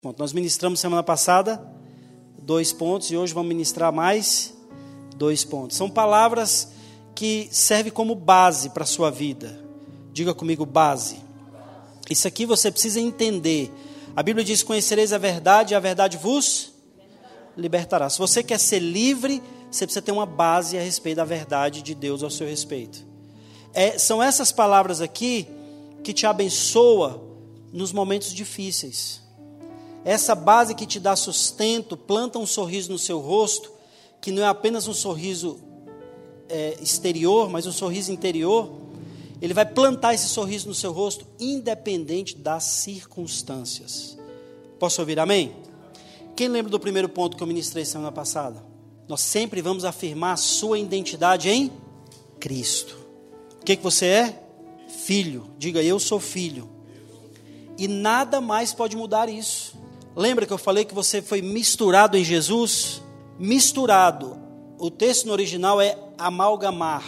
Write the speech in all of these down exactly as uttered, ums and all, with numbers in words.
Bom, nós ministramos semana passada dois pontos e hoje vamos ministrar mais dois pontos. São palavras que servem como base para a sua vida. Diga comigo, base. Isso aqui você precisa entender. A Bíblia diz: conhecereis a verdade e a verdade vos libertará. Se você quer ser livre, você precisa ter uma base a respeito da verdade de Deus ao seu respeito. É, são essas palavras aqui que te abençoa nos momentos difíceis. Essa base que te dá sustento, planta um sorriso no seu rosto, que não é apenas um sorriso é, exterior, mas um sorriso interior. Ele vai plantar esse sorriso no seu rosto, independente das circunstâncias. Posso ouvir amém? Quem lembra do primeiro ponto que eu ministrei semana passada? Nós sempre vamos afirmar a sua identidade em Cristo. O que, que você é? Filho. Diga, eu sou filho. E nada mais pode mudar isso. Lembra que eu falei que você foi misturado em Jesus? Misturado. O texto no original é amalgamar.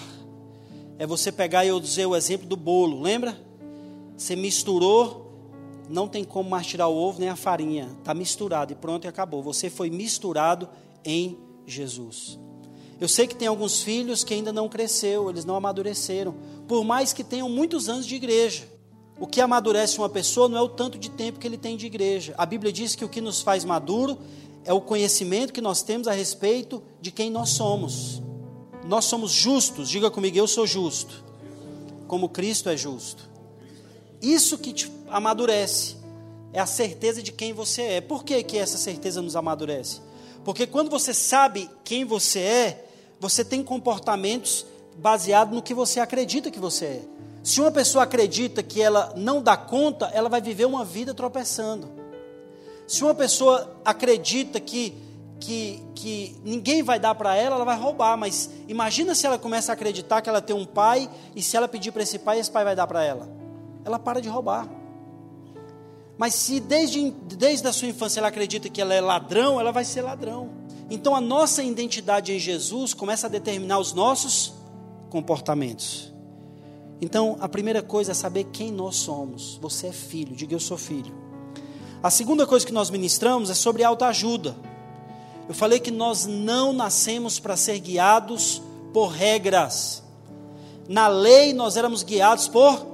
É você pegar e eu dizer o exemplo do bolo, lembra? Você misturou, não tem como mais tirar o ovo nem a farinha. Está misturado e pronto e acabou. Você foi misturado em Jesus. Eu sei que tem alguns filhos que ainda não cresceu, eles não amadureceram. Por mais que tenham muitos anos de igreja. O que amadurece uma pessoa não é o tanto de tempo que ele tem de igreja. A Bíblia diz que o que nos faz maduro é o conhecimento que nós temos a respeito de quem nós somos. Nós somos justos, diga comigo, eu sou justo, como Cristo é justo. Isso que te amadurece é a certeza de quem você é. Por que que essa certeza nos amadurece? Porque quando você sabe quem você é, você tem comportamentos baseados no que você acredita que você é. Se uma pessoa acredita que ela não dá conta, ela vai viver uma vida tropeçando. Se uma pessoa acredita que, que, que ninguém vai dar para ela, ela vai roubar. Mas imagina se ela começa a acreditar que ela tem um pai, e se ela pedir para esse pai, esse pai vai dar para ela. Ela para de roubar. Mas se desde, desde a sua infância ela acredita que ela é ladrão, ela vai ser ladrão. Então a nossa identidade em Jesus começa a determinar os nossos comportamentos. Então, a primeira coisa é saber quem nós somos. Você é filho, diga eu sou filho. A segunda coisa que nós ministramos é sobre autoajuda. Eu falei que nós não nascemos para ser guiados por regras. Na lei nós éramos guiados por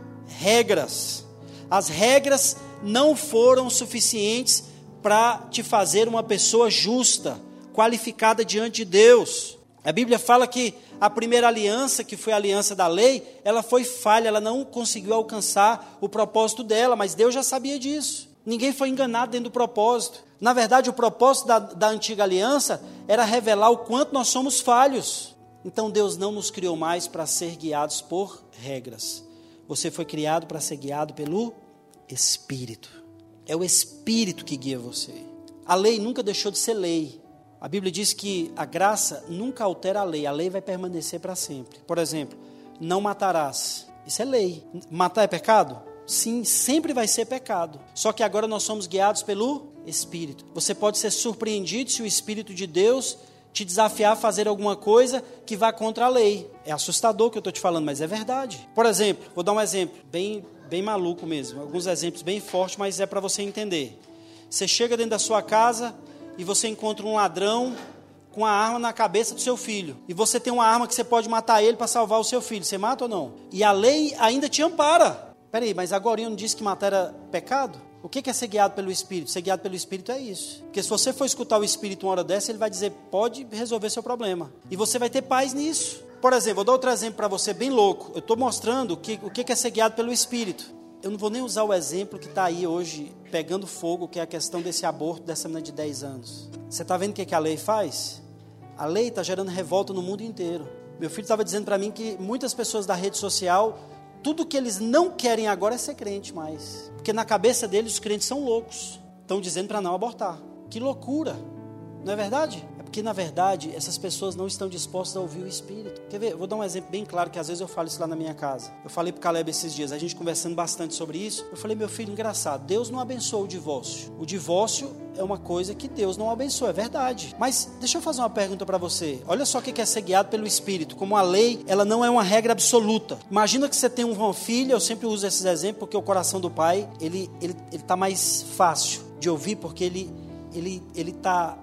regras. As regras não foram suficientes para te fazer uma pessoa justa, qualificada diante de Deus. A Bíblia fala que a primeira aliança, que foi a aliança da lei, ela foi falha, ela não conseguiu alcançar o propósito dela, mas Deus já sabia disso. Ninguém foi enganado dentro do propósito. Na verdade, o propósito da, da antiga aliança era revelar o quanto nós somos falhos. Então Deus não nos criou mais para ser guiados por regras. Você foi criado para ser guiado pelo Espírito. É o Espírito que guia você. A lei nunca deixou de ser lei. A Bíblia diz que a graça nunca altera a lei. A lei vai permanecer para sempre. Por exemplo, não matarás. Isso é lei. Matar é pecado? Sim, sempre vai ser pecado. Só que agora nós somos guiados pelo Espírito. Você pode ser surpreendido se o Espírito de Deus te desafiar a fazer alguma coisa que vá contra a lei. É assustador o que eu estou te falando, mas é verdade. Por exemplo, vou dar um exemplo bem, bem maluco mesmo. Alguns exemplos bem fortes, mas é para você entender. Você chega dentro da sua casa e você encontra um ladrão com a arma na cabeça do seu filho. E você tem uma arma que você pode matar ele para salvar o seu filho. Você mata ou não? E a lei ainda te ampara. Peraí, mas agora eu não disse que matar era pecado? O que é ser guiado pelo Espírito? Ser guiado pelo Espírito é isso. Porque se você for escutar o Espírito uma hora dessa, ele vai dizer, pode resolver seu problema. E você vai ter paz nisso. Por exemplo, vou dar outro exemplo para você bem louco. Eu estou mostrando que, o que é ser guiado pelo Espírito. Eu não vou nem usar o exemplo que está aí hoje pegando fogo, que é a questão desse aborto dessa menina de dez anos. Você está vendo o que, é que a lei faz? A lei está gerando revolta no mundo inteiro. Meu filho estava dizendo para mim que muitas pessoas da rede social, tudo que eles não querem agora é ser crente mais. Porque na cabeça deles os crentes são loucos. Estão dizendo para não abortar. Que loucura, não é verdade? É porque na verdade essas pessoas não estão dispostas a ouvir o Espírito. Quer ver? Eu vou dar um exemplo bem claro, que às vezes eu falo isso lá na minha casa. Eu falei para o Caleb esses dias, a gente conversando bastante sobre isso. Eu falei, meu filho, engraçado, Deus não abençoa o divórcio. O divórcio é uma coisa que Deus não abençoa, é verdade. Mas deixa eu fazer uma pergunta para você. Olha só o que é ser guiado pelo Espírito. Como a lei, ela não é uma regra absoluta. Imagina que você tem uma filha, eu sempre uso esses exemplos porque o coração do pai, ele ele ele está mais fácil de ouvir porque ele ele ele está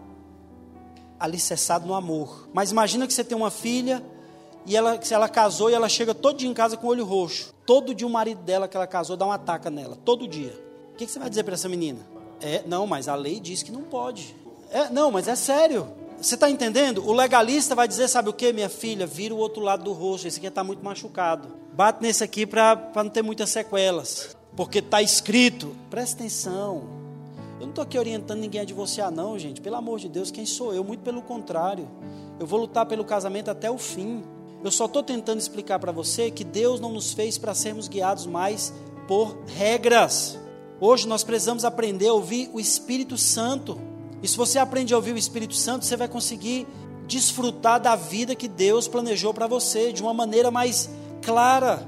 alicerçado no amor. Mas imagina que você tem uma filha e ela, se ela casou e ela chega todo dia em casa com o olho roxo. Todo dia o marido dela que ela casou dá uma ataca nela, todo dia. O que, que você vai dizer para essa menina? É, não, mas a lei diz que não pode. É, não, mas é sério. Você está entendendo? O legalista vai dizer, sabe o que, minha filha? Vira o outro lado do rosto, esse aqui está muito machucado. Bate nesse aqui para não ter muitas sequelas. Porque está escrito. Presta atenção. Eu não estou aqui orientando ninguém a divorciar não, gente. Pelo amor de Deus, quem sou eu? Muito pelo contrário. Eu vou lutar pelo casamento até o fim. Eu só estou tentando explicar para você que Deus não nos fez para sermos guiados mais por regras. Hoje nós precisamos aprender a ouvir o Espírito Santo. E se você aprende a ouvir o Espírito Santo, você vai conseguir desfrutar da vida que Deus planejou para você de uma maneira mais clara.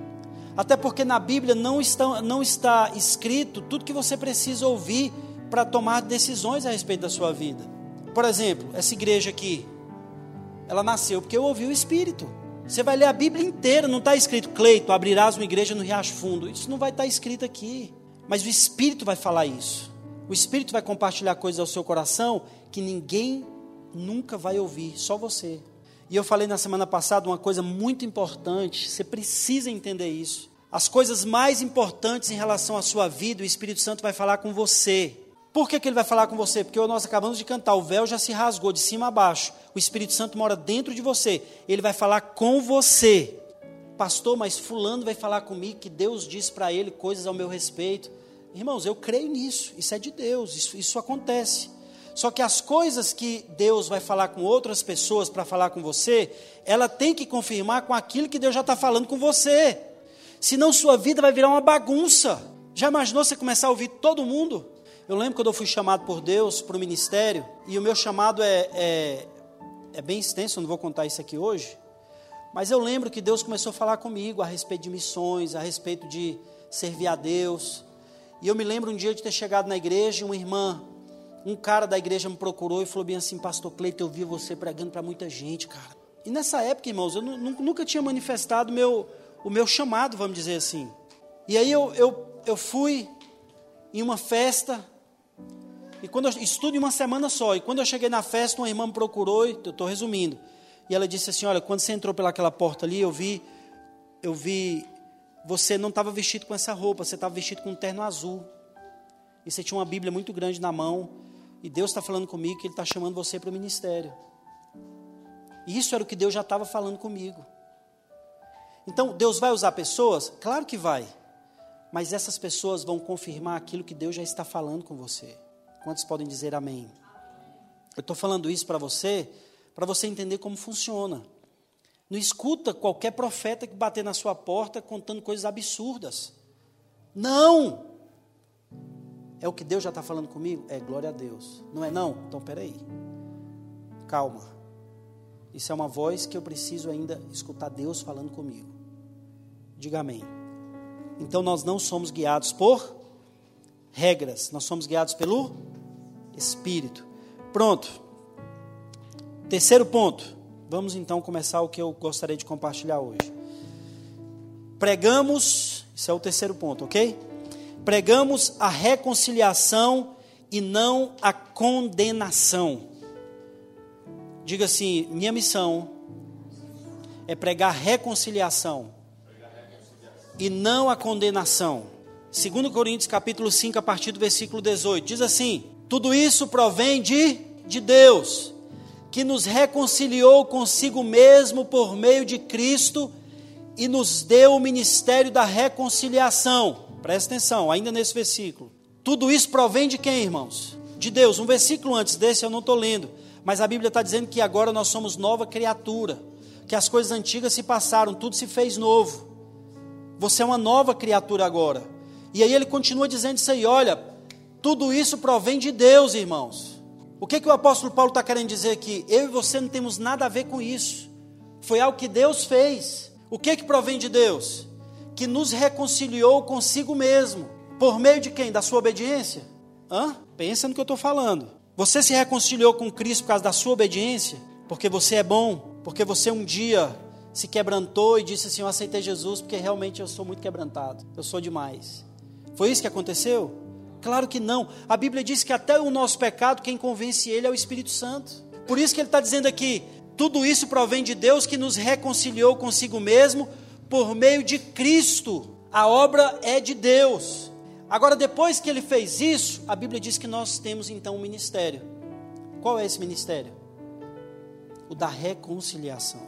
Até porque na Bíblia não está, não está escrito tudo que você precisa ouvir para tomar decisões a respeito da sua vida. Por exemplo, essa igreja aqui, ela nasceu porque eu ouvi o Espírito. Você vai ler a Bíblia inteira, não está escrito, Cleito, abrirás uma igreja no Riacho Fundo. Isso não vai estar escrito aqui. Mas o Espírito vai falar isso. O Espírito vai compartilhar coisas ao seu coração que ninguém nunca vai ouvir, só você. E eu falei na semana passada uma coisa muito importante, você precisa entender isso. As coisas mais importantes em relação à sua vida, o Espírito Santo vai falar com você. Por que que ele vai falar com você? Porque nós acabamos de cantar, o véu já se rasgou de cima a baixo. O Espírito Santo mora dentro de você. Ele vai falar com você. Pastor, mas fulano vai falar comigo que Deus disse para ele coisas ao meu respeito. Irmãos, eu creio nisso. Isso é de Deus, isso, isso acontece. Só que as coisas que Deus vai falar com outras pessoas para falar com você, ela tem que confirmar com aquilo que Deus já está falando com você. Senão sua vida vai virar uma bagunça. Já imaginou você começar a ouvir todo mundo? Eu lembro quando eu fui chamado por Deus para o ministério, e o meu chamado é, é, é bem extenso, eu não vou contar isso aqui hoje, mas eu lembro que Deus começou a falar comigo a respeito de missões, a respeito de servir a Deus. E eu me lembro um dia de ter chegado na igreja, uma irmã, um cara da igreja me procurou e falou bem assim, pastor Cleito, eu vi você pregando para muita gente, cara. E nessa época, irmãos, eu nunca tinha manifestado meu, o meu chamado, vamos dizer assim. E aí eu, eu, eu fui em uma festa, e quando eu estudo em uma semana só, e quando eu cheguei na festa, uma irmã me procurou, e eu estou resumindo, e ela disse assim, olha, quando você entrou pelaquela porta ali, eu vi, eu vi, você não estava vestido com essa roupa, você estava vestido com um terno azul, e você tinha uma Bíblia muito grande na mão, e Deus está falando comigo que Ele está chamando você para o ministério. E isso era o que Deus já estava falando comigo. Então, Deus vai usar pessoas? Claro que vai. Mas essas pessoas vão confirmar aquilo que Deus já está falando com você. Quantos podem dizer amém? Eu estou falando isso para você, para você entender como funciona. Não escuta qualquer profeta que bater na sua porta contando coisas absurdas. Não! É o que Deus já está falando comigo? É, glória a Deus. Não é não? Então, peraí. Calma. Isso é uma voz que eu preciso ainda escutar Deus falando comigo. Diga amém. Então, nós não somos guiados por regras. Nós somos guiados pelo Espírito. Pronto. Terceiro ponto. Vamos então começar o que eu gostaria de compartilhar hoje. Pregamos, esse é o terceiro ponto, ok? Pregamos a reconciliação e não a condenação. Diga assim, minha missão é pregar reconciliação e não a condenação. Segundo Coríntios capítulo cinco, a partir do versículo dezoito, diz assim, tudo isso provém de, de Deus, que nos reconciliou consigo mesmo por meio de Cristo e nos deu o ministério da reconciliação. Presta atenção, ainda nesse versículo. Tudo isso provém de quem, irmãos? De Deus. Um versículo antes desse eu não estou lendo, mas a Bíblia está dizendo que agora nós somos nova criatura, que as coisas antigas se passaram, tudo se fez novo. Você é uma nova criatura agora. E aí ele continua dizendo isso aí, olha, tudo isso provém de Deus, irmãos. O que, que o apóstolo Paulo está querendo dizer aqui? Eu e você não temos nada a ver com isso. Foi algo que Deus fez. O que, que provém de Deus? Que nos reconciliou consigo mesmo. Por meio de quem? Da sua obediência? Hã? Pensa no que eu estou falando. Você se reconciliou com Cristo por causa da sua obediência? Porque você é bom? Porque você um dia se quebrantou e disse assim, eu aceitei Jesus porque realmente eu sou muito quebrantado. Eu sou demais. Foi isso que aconteceu? Claro que não. A Bíblia diz que até o nosso pecado, quem convence ele é o Espírito Santo. Por isso que ele está dizendo aqui, tudo isso provém de Deus que nos reconciliou consigo mesmo por meio de Cristo. A obra é de Deus. Agora, depois que ele fez isso, a Bíblia diz que nós temos então um ministério. Qual é esse ministério? O da reconciliação.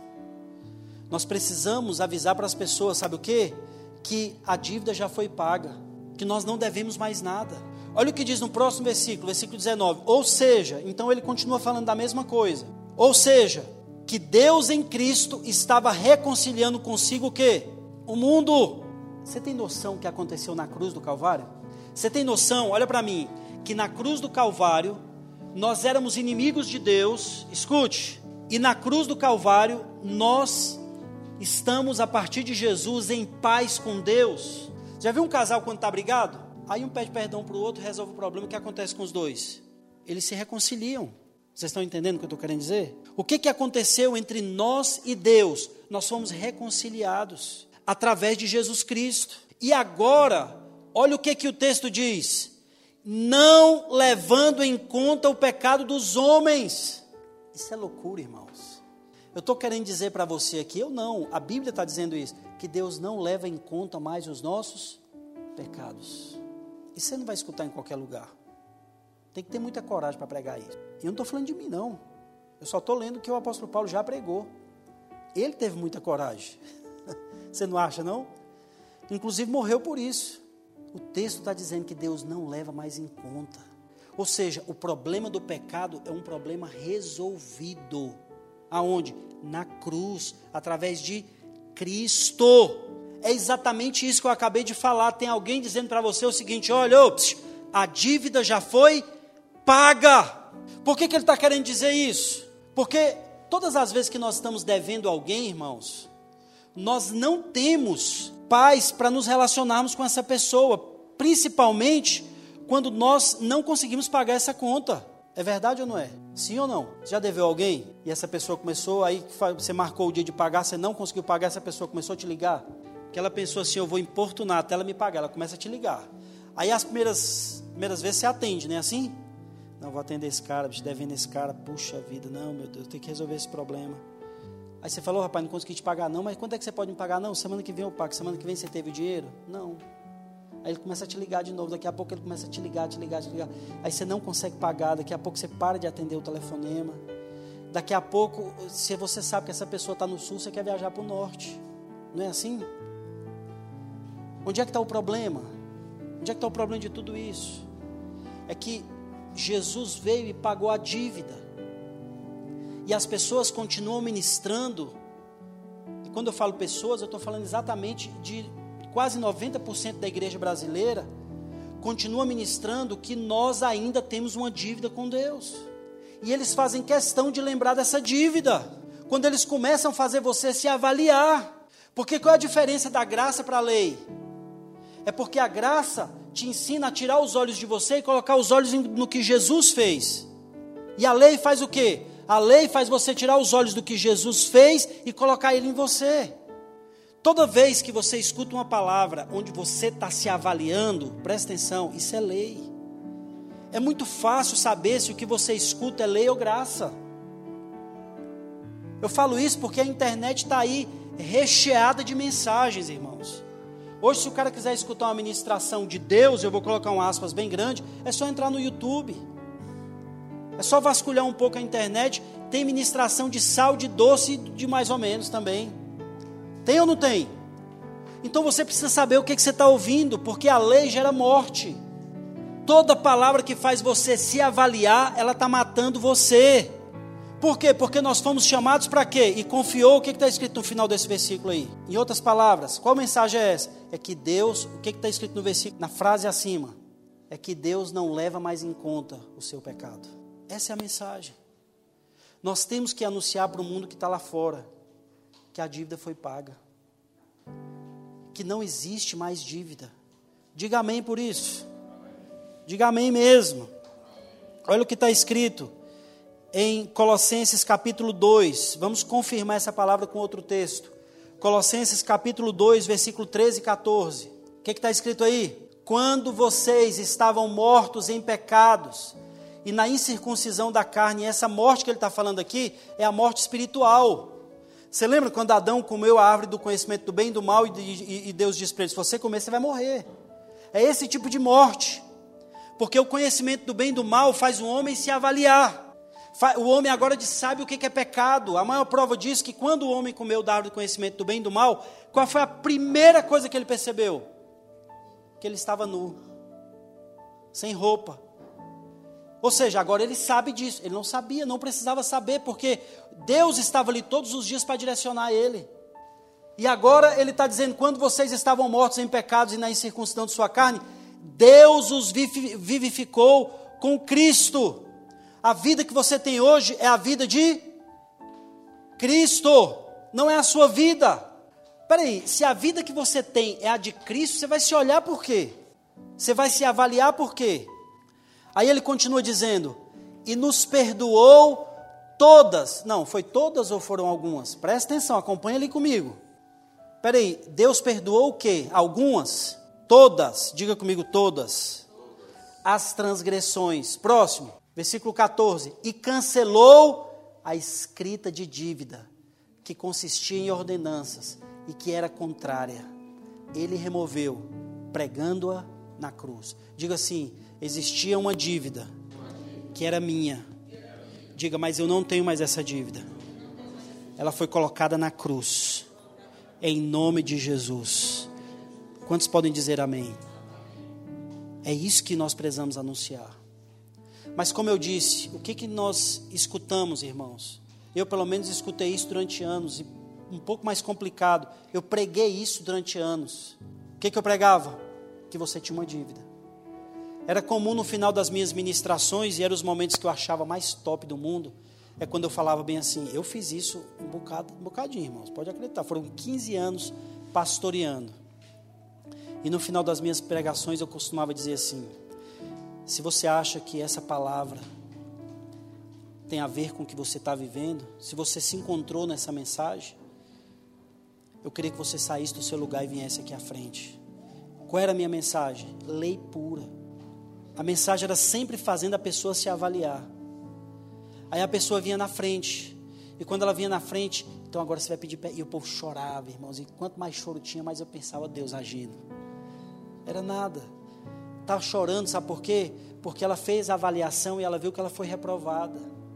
Nós precisamos avisar para as pessoas, sabe o quê? Que a dívida já foi paga, que nós não devemos mais nada. Olha o que diz no próximo versículo, versículo dezenove. Ou seja, então ele continua falando da mesma coisa. Ou seja, que Deus em Cristo estava reconciliando consigo o quê? O mundo. Você tem noção do que aconteceu na cruz do Calvário? Você tem noção, olha para mim, que na cruz do Calvário, nós éramos inimigos de Deus, escute, e na cruz do Calvário, nós estamos a partir de Jesus em paz com Deus. Já viu um casal quando está brigado? Aí um pede perdão para o outro, resolve o problema. O que acontece com os dois? Eles se reconciliam. Vocês estão entendendo o que eu estou querendo dizer? O que, que aconteceu entre nós e Deus? Nós fomos reconciliados através de Jesus Cristo. E agora, olha o que, que o texto diz. Não levando em conta o pecado dos homens. Isso é loucura, irmãos. Eu estou querendo dizer para você aqui, eu não, a Bíblia está dizendo isso, que Deus não leva em conta mais os nossos pecados. E você não vai escutar em qualquer lugar. Tem que ter muita coragem para pregar isso. E eu não estou falando de mim, não. Eu só estou lendo o que o apóstolo Paulo já pregou. Ele teve muita coragem. Você não acha, não? Inclusive morreu por isso. O texto está dizendo que Deus não leva mais em conta. Ou seja, o problema do pecado é um problema resolvido. Aonde? Na cruz, através de Cristo. É exatamente isso que eu acabei de falar. Tem alguém dizendo para você o seguinte, olha, ops, a dívida já foi paga. Por que, que ele está querendo dizer isso? Porque todas as vezes que nós estamos devendo a alguém, irmãos, nós não temos paz para nos relacionarmos com essa pessoa, principalmente quando nós não conseguimos pagar essa conta. É verdade ou não é? Sim ou não? Já deveu alguém e essa pessoa começou, aí você marcou o dia de pagar, você não conseguiu pagar, essa pessoa começou a te ligar, que ela pensou assim, eu vou importunar até ela me pagar, ela começa a te ligar. Aí as primeiras, primeiras vezes você atende, não é assim? Não, vou atender esse cara, bicho, devendo esse cara, puxa vida, não, meu Deus, eu tenho que resolver esse problema. Aí você falou, rapaz, não consegui te pagar não, mas quando é que você pode me pagar? Não, semana que vem eu pago, semana que vem você teve o dinheiro? Não. Aí ele começa a te ligar de novo, daqui a pouco ele começa a te ligar, te ligar, te ligar. Aí você não consegue pagar, daqui a pouco você para de atender o telefonema. Daqui a pouco, se você sabe que essa pessoa está no sul, você quer viajar para o norte. Não é assim? Onde é que está o problema? Onde é que está o problema de tudo isso? É que Jesus veio e pagou a dívida. E as pessoas continuam ministrando. E quando eu falo pessoas, eu estou falando exatamente de quase noventa por cento da igreja brasileira. Continua ministrando que nós ainda temos uma dívida com Deus. E eles fazem questão de lembrar dessa dívida. Quando eles começam a fazer você se avaliar. Porque qual é a diferença da graça para a lei? É porque a graça te ensina a tirar os olhos de você e colocar os olhos no que Jesus fez. E a lei faz o quê? A lei faz você tirar os olhos do que Jesus fez e colocar ele em você. Toda vez que você escuta uma palavra onde você está se avaliando, presta atenção, isso é lei. É muito fácil saber se o que você escuta é lei ou graça. Eu falo isso porque a internet está aí recheada de mensagens, irmãos. Hoje, se o cara quiser escutar uma ministração de Deus, eu vou colocar um aspas bem grande, é só entrar no YouTube. É só vasculhar um pouco a internet, tem ministração de sal, de doce e de mais ou menos também. Tem ou não tem? Então você precisa saber o que, que você está ouvindo, porque a lei gera morte. Toda palavra que faz você se avaliar, ela está matando você. Por quê? Porque nós fomos chamados para quê? E confiou, o que está escrito no final desse versículo aí? Em outras palavras, qual mensagem é essa? É que Deus, o que está escrito no versículo, na frase acima? É que Deus não leva mais em conta o seu pecado. Essa é a mensagem. Nós temos que anunciar para o mundo que está lá fora, que a dívida foi paga. Que não existe mais dívida. Diga amém por isso. Diga amém mesmo. Olha o que está escrito em Colossenses capítulo dois, vamos confirmar essa palavra com outro texto. Colossenses capítulo dois, versículo treze e quatorze. O que está escrito aí? quando vocês estavam mortos em pecados e na incircuncisão da carne, e essa morte que ele está falando aqui é a morte espiritual. Você lembra quando Adão comeu a árvore do conhecimento do bem e do mal e, e, e Deus disse para ele, se você comer você vai morrer. É esse tipo de morte, porque o conhecimento do bem e do mal faz o homem se avaliar. O homem agora sabe o que é pecado. A maior prova disso é que quando o homem comeu da árvore do conhecimento do bem e do mal, qual foi a primeira coisa que ele percebeu? Que ele estava nu, sem roupa. Ou seja, agora ele sabe disso. Ele não sabia, não precisava saber, porque Deus estava ali todos os dias para direcionar ele. E agora ele está dizendo, quando vocês estavam mortos em pecados e na incircuncisão de sua carne, Deus os vivificou com Cristo. A vida que você tem hoje é a vida de Cristo, não é a sua vida. Espera aí, se a vida que você tem é a de Cristo, você vai se olhar por quê? Você vai se avaliar por quê? Aí ele continua dizendo, e nos perdoou todas, não, foi todas ou foram algumas? Presta atenção, acompanha ali comigo. Espera aí, Deus perdoou o quê? Algumas? Todas, diga comigo, todas. As transgressões. Próximo, versículo catorze. E cancelou a escrita de dívida, que consistia em ordenanças e que era contrária. Ele removeu, pregando-a na cruz. Diga assim, existia uma dívida que era minha. Diga, mas eu não tenho mais essa dívida. Ela foi colocada na cruz. Em nome de Jesus. Quantos podem dizer amém? É isso que nós precisamos anunciar. Mas como eu disse, o que, que nós escutamos, irmãos? Eu pelo menos escutei isso durante anos, e um pouco mais complicado, eu preguei isso durante anos. O que, que eu pregava? Que você tinha uma dívida. Era comum no final das minhas ministrações, e eram os momentos que eu achava mais top do mundo, é quando eu falava bem assim, eu fiz isso um bocado, um bocadinho, irmãos, pode acreditar, foram quinze anos pastoreando. E no final das minhas pregações eu costumava dizer assim, se você acha que essa palavra tem a ver com o que você está vivendo, se você se encontrou nessa mensagem, eu queria que você saísse do seu lugar e viesse aqui à frente. Qual era a minha mensagem? Lei pura. A mensagem era sempre fazendo a pessoa se avaliar. Aí a pessoa vinha na frente, e quando ela vinha na frente, então agora você vai pedir, e o povo chorava, irmãos, e quanto mais choro tinha, mais eu pensava, Deus agindo. Era nada, estava chorando, sabe por quê? Porque ela fez a avaliação e ela viu que ela foi reprovada.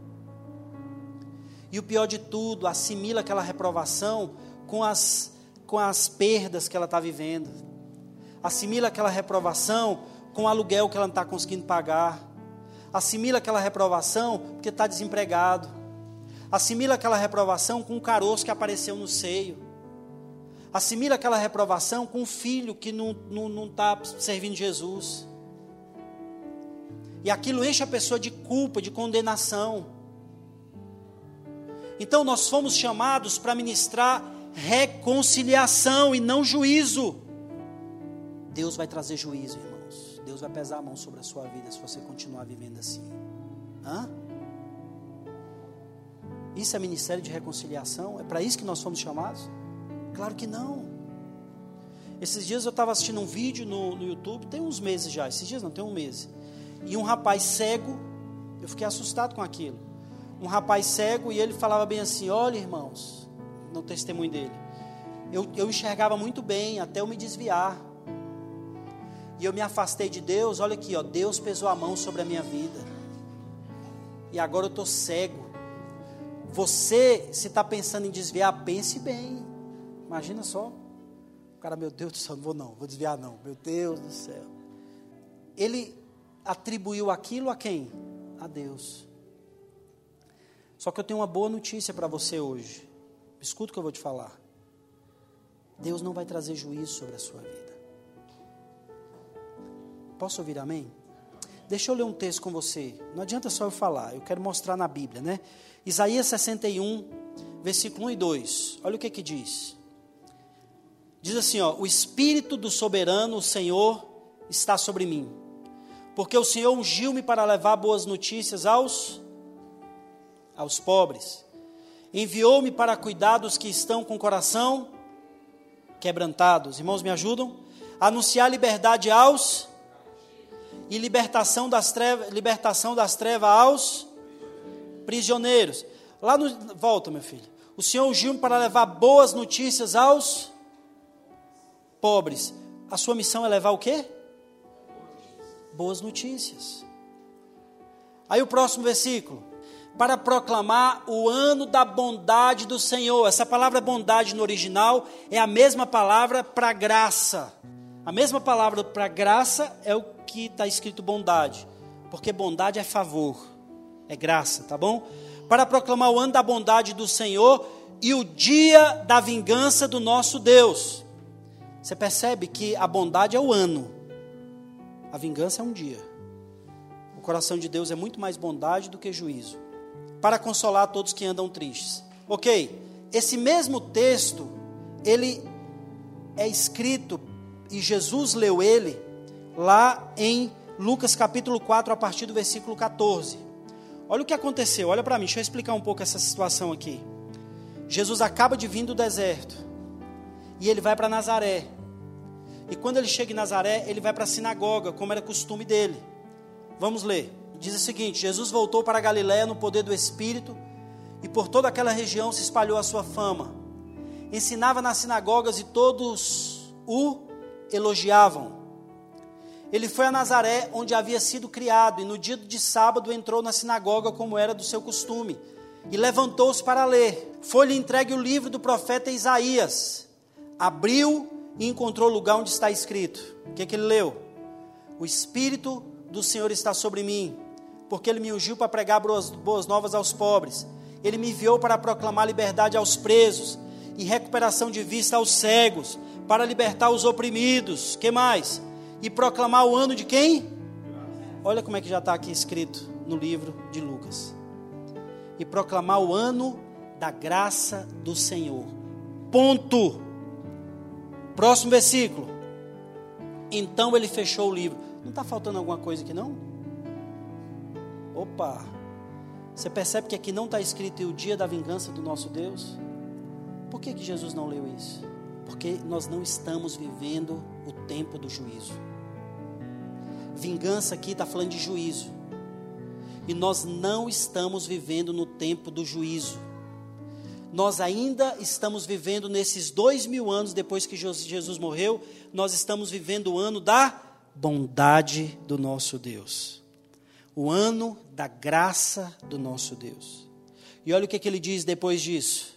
E o pior de tudo, assimila aquela reprovação com as, com as perdas que ela está vivendo. Assimila aquela reprovação com o aluguel que ela não está conseguindo pagar. Assimila aquela reprovação porque está desempregado. Assimila aquela reprovação com um caroço que apareceu no seio. Assimila aquela reprovação com um filho que não está não, não tá servindo Jesus. E aquilo enche a pessoa de culpa, de condenação. Então nós fomos chamados para ministrar reconciliação e não juízo. Deus vai trazer juízo, irmão. Deus vai pesar a mão sobre a sua vida se você continuar vivendo assim. Hã? Isso é ministério de reconciliação? É para isso que nós fomos chamados? Claro que não. Esses dias eu estava assistindo um vídeo no, no YouTube, tem uns meses já, esses dias não, tem um mês. E um rapaz cego, eu fiquei assustado com aquilo. Um rapaz cego e ele falava bem assim, olha irmãos, no testemunho dele, eu, eu enxergava muito bem até eu me desviar. E eu me afastei de Deus, olha aqui, ó, Deus pesou a mão sobre a minha vida. E agora eu estou cego. Você, se está pensando em desviar, pense bem. Imagina só. O cara, meu Deus do céu, não vou não, vou desviar não. Meu Deus do céu. Ele atribuiu aquilo a quem? A Deus. Só que eu tenho uma boa notícia para você hoje. Escuta o que eu vou te falar. Deus não vai trazer juízo sobre a sua vida. Posso ouvir amém? Deixa eu ler um texto com você. Não adianta só eu falar, eu quero mostrar na Bíblia, né? Isaías sessenta e um, versículo um e dois. Olha o que que diz. Diz assim, ó, o Espírito do soberano, o Senhor, está sobre mim. Porque o Senhor ungiu-me para levar boas notícias aos, aos pobres. Enviou-me para cuidar dos que estão com o coração quebrantados. Irmãos, me ajudam? Anunciar liberdade aos e libertação das trevas, libertação das trevas aos prisioneiros. Lá no, volta, meu filho. O Senhor ungiu para levar boas notícias aos pobres. A sua missão é levar o quê? Boas notícias. Aí o próximo versículo. Para proclamar o ano da bondade do Senhor. Essa palavra bondade no original é a mesma palavra para graça. A mesma palavra para graça é o que está escrito bondade. Porque bondade é favor, é graça, tá bom? Para proclamar o ano da bondade do Senhor e o dia da vingança do nosso Deus. Você percebe que a bondade é o ano, a vingança é um dia. O coração de Deus é muito mais bondade do que juízo. Para consolar todos que andam tristes. Ok, esse mesmo texto, ele é escrito, e Jesus leu ele, lá em Lucas capítulo quatro, a partir do versículo catorze. Olha o que aconteceu, olha para mim, deixa eu explicar um pouco essa situação aqui. Jesus acaba de vir do deserto, e ele vai para Nazaré. E quando ele chega em Nazaré, ele vai para a sinagoga, como era costume dele. Vamos ler. Diz o seguinte: Jesus voltou para a Galiléia no poder do Espírito, e por toda aquela região se espalhou a sua fama. Ensinava nas sinagogas e todos o elogiavam. Ele foi a Nazaré, onde havia sido criado, e no dia de sábado entrou na sinagoga, como era do seu costume, e levantou-se para ler. Foi-lhe entregue o livro do profeta Isaías. Abriu e encontrou o lugar onde está escrito. O que, que ele leu? O Espírito do Senhor está sobre mim, porque Ele me ungiu para pregar boas, boas novas aos pobres. Ele me enviou para proclamar liberdade aos presos e recuperação de vista aos cegos, para libertar os oprimidos. Que mais? E proclamar o ano de quem? Olha como é que já está aqui escrito no livro de Lucas. E proclamar o ano da graça do Senhor. Ponto. Próximo versículo. Então ele fechou o livro. Não está faltando alguma coisa aqui não? Opa! Você percebe que aqui não está escrito o dia da vingança do nosso Deus? Por que que Jesus não leu isso? Porque nós não estamos vivendo o tempo do juízo. Vingança aqui está falando de juízo. E nós não estamos vivendo no tempo do juízo. Nós ainda estamos vivendo nesses dois mil anos depois que Jesus morreu, nós estamos vivendo o ano da bondade do nosso Deus. O ano da graça do nosso Deus. E olha o que, que ele diz depois disso.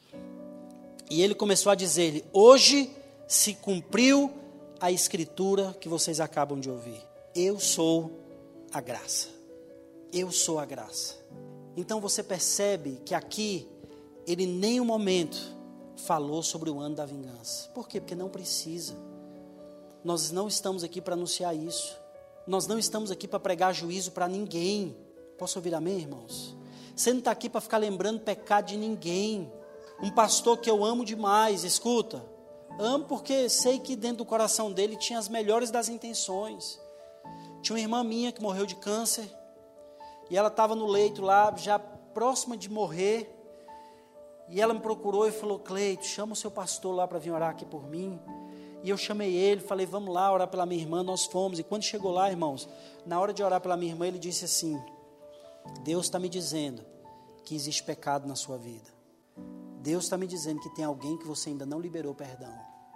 E ele começou a dizer-lhe: hoje se cumpriu a escritura que vocês acabam de ouvir. Eu sou a graça. Eu sou a graça. Então você percebe que aqui ele em nenhum momento falou sobre o ano da vingança. Por quê? Porque não precisa. Nós não estamos aqui para anunciar isso. Nós não estamos aqui para pregar juízo para ninguém. Posso ouvir amém, irmãos? Você não está aqui para ficar lembrando pecado de ninguém. Um pastor que eu amo demais, escuta. Amo porque sei que dentro do coração dele tinha as melhores das intenções. Tinha uma irmã minha que morreu de câncer. E ela estava no leito lá, já próxima de morrer. E ela me procurou e falou: Cleito, chama o seu pastor lá para vir orar aqui por mim. E eu chamei ele, falei: vamos lá orar pela minha irmã. Nós fomos, e quando chegou lá, irmãos, na hora de orar pela minha irmã, ele disse assim: Deus está me dizendo que existe pecado na sua vida. Deus está me dizendo que tem alguém que você ainda não liberou perdão.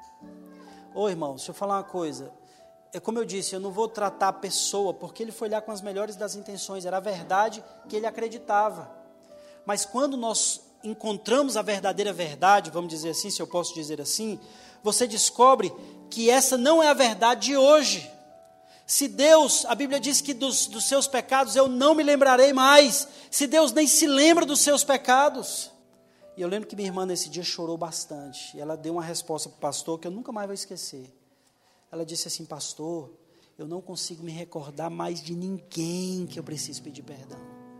Ô irmão, deixa eu falar uma coisa. É como eu disse, eu não vou tratar a pessoa, porque ele foi lá com as melhores das intenções. Era a verdade que ele acreditava. Mas quando nós encontramos a verdadeira verdade, vamos dizer assim, se eu posso dizer assim, você descobre que essa não é a verdade de hoje. Se Deus, a Bíblia diz que dos, dos seus pecados eu não me lembrarei mais. Se Deus nem se lembra dos seus pecados. E eu lembro que minha irmã nesse dia chorou bastante. E ela deu uma resposta para o pastor que eu nunca mais vou esquecer. Ela disse assim: pastor, eu não consigo me recordar mais de ninguém que eu preciso pedir perdão.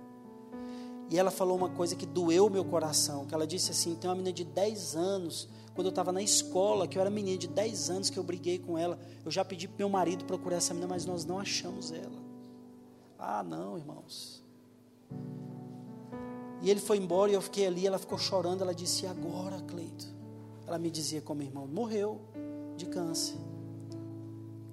E ela falou uma coisa que doeu o meu coração, que ela disse assim: tem uma menina de dez anos, quando eu estava na escola, que eu era menina de dez anos, que eu briguei com ela, eu já pedi para meu marido procurar essa menina, mas nós não achamos ela. Ah, não, irmãos. E ele foi embora e eu fiquei ali, ela ficou chorando, ela disse: e agora, Cleito? Ela me dizia como irmão: morreu de câncer.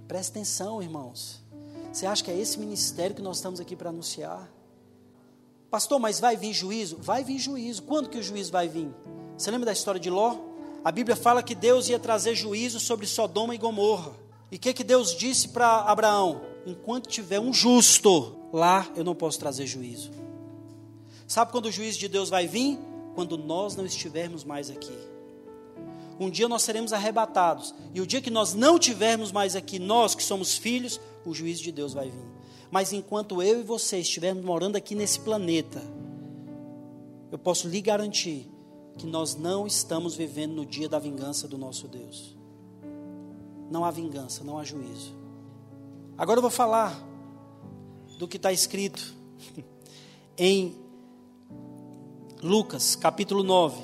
Presta atenção, irmãos. Você acha que é esse ministério que nós estamos aqui para anunciar? Pastor, mas vai vir juízo? Vai vir juízo. Quando que o juízo vai vir? Você lembra da história de Ló? A Bíblia fala que Deus ia trazer juízo sobre Sodoma e Gomorra. E o que, que Deus disse para Abraão? Enquanto tiver um justo lá, eu não posso trazer juízo. Sabe quando o juízo de Deus vai vir? Quando nós não estivermos mais aqui. Um dia nós seremos arrebatados. E o dia que nós não estivermos mais aqui, nós que somos filhos, o juízo de Deus vai vir. Mas enquanto eu e você estivermos morando aqui nesse planeta, eu posso lhe garantir que nós não estamos vivendo no dia da vingança do nosso Deus. Não há vingança, não há juízo. Agora eu vou falar do que está escrito em Lucas, capítulo nove.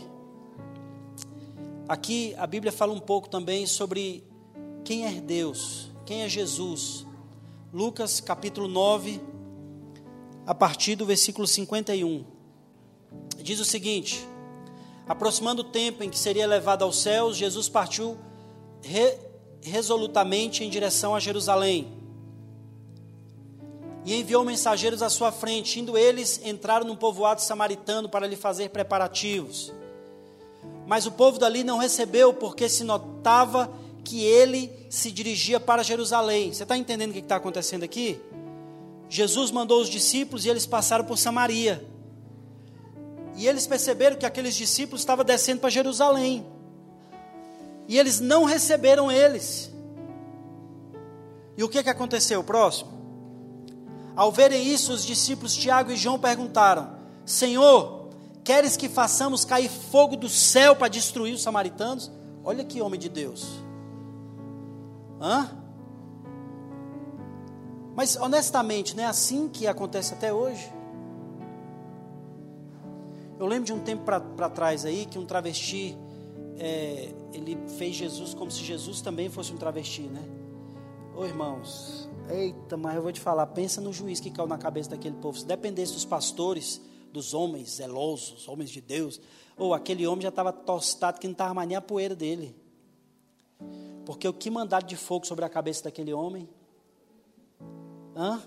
Aqui a Bíblia fala um pouco também sobre quem é Deus, quem é Jesus. Lucas, capítulo nove, a partir do versículo cinquenta e um. Diz o seguinte: aproximando o tempo em que seria levado aos céus, Jesus partiu re, resolutamente em direção a Jerusalém. E enviou mensageiros à sua frente. Indo eles, entraram num povoado samaritano para lhe fazer preparativos. Mas o povo dali não recebeu, porque se notava que ele se dirigia para Jerusalém. Você está entendendo o que está acontecendo aqui? Jesus mandou os discípulos e eles passaram por Samaria. E eles perceberam que aqueles discípulos estavam descendo para Jerusalém. E eles não receberam eles. E o que, que aconteceu? Próximo. Ao verem isso, os discípulos Tiago e João perguntaram: Senhor, queres que façamos cair fogo do céu para destruir os samaritanos? Olha que homem de Deus. Hã? Mas honestamente, não é assim que acontece até hoje? Eu lembro de um tempo para trás aí, que um travesti, é, ele fez Jesus como se Jesus também fosse um travesti, né? Ô irmãos, eita, mas eu vou te falar, pensa no juiz que caiu na cabeça daquele povo. Se dependesse dos pastores, dos homens zelosos, homens de Deus, ou aquele homem já estava tostado, que não estava mais nem a poeira dele. Porque o que mandaram de fogo sobre a cabeça daquele homem? Hã?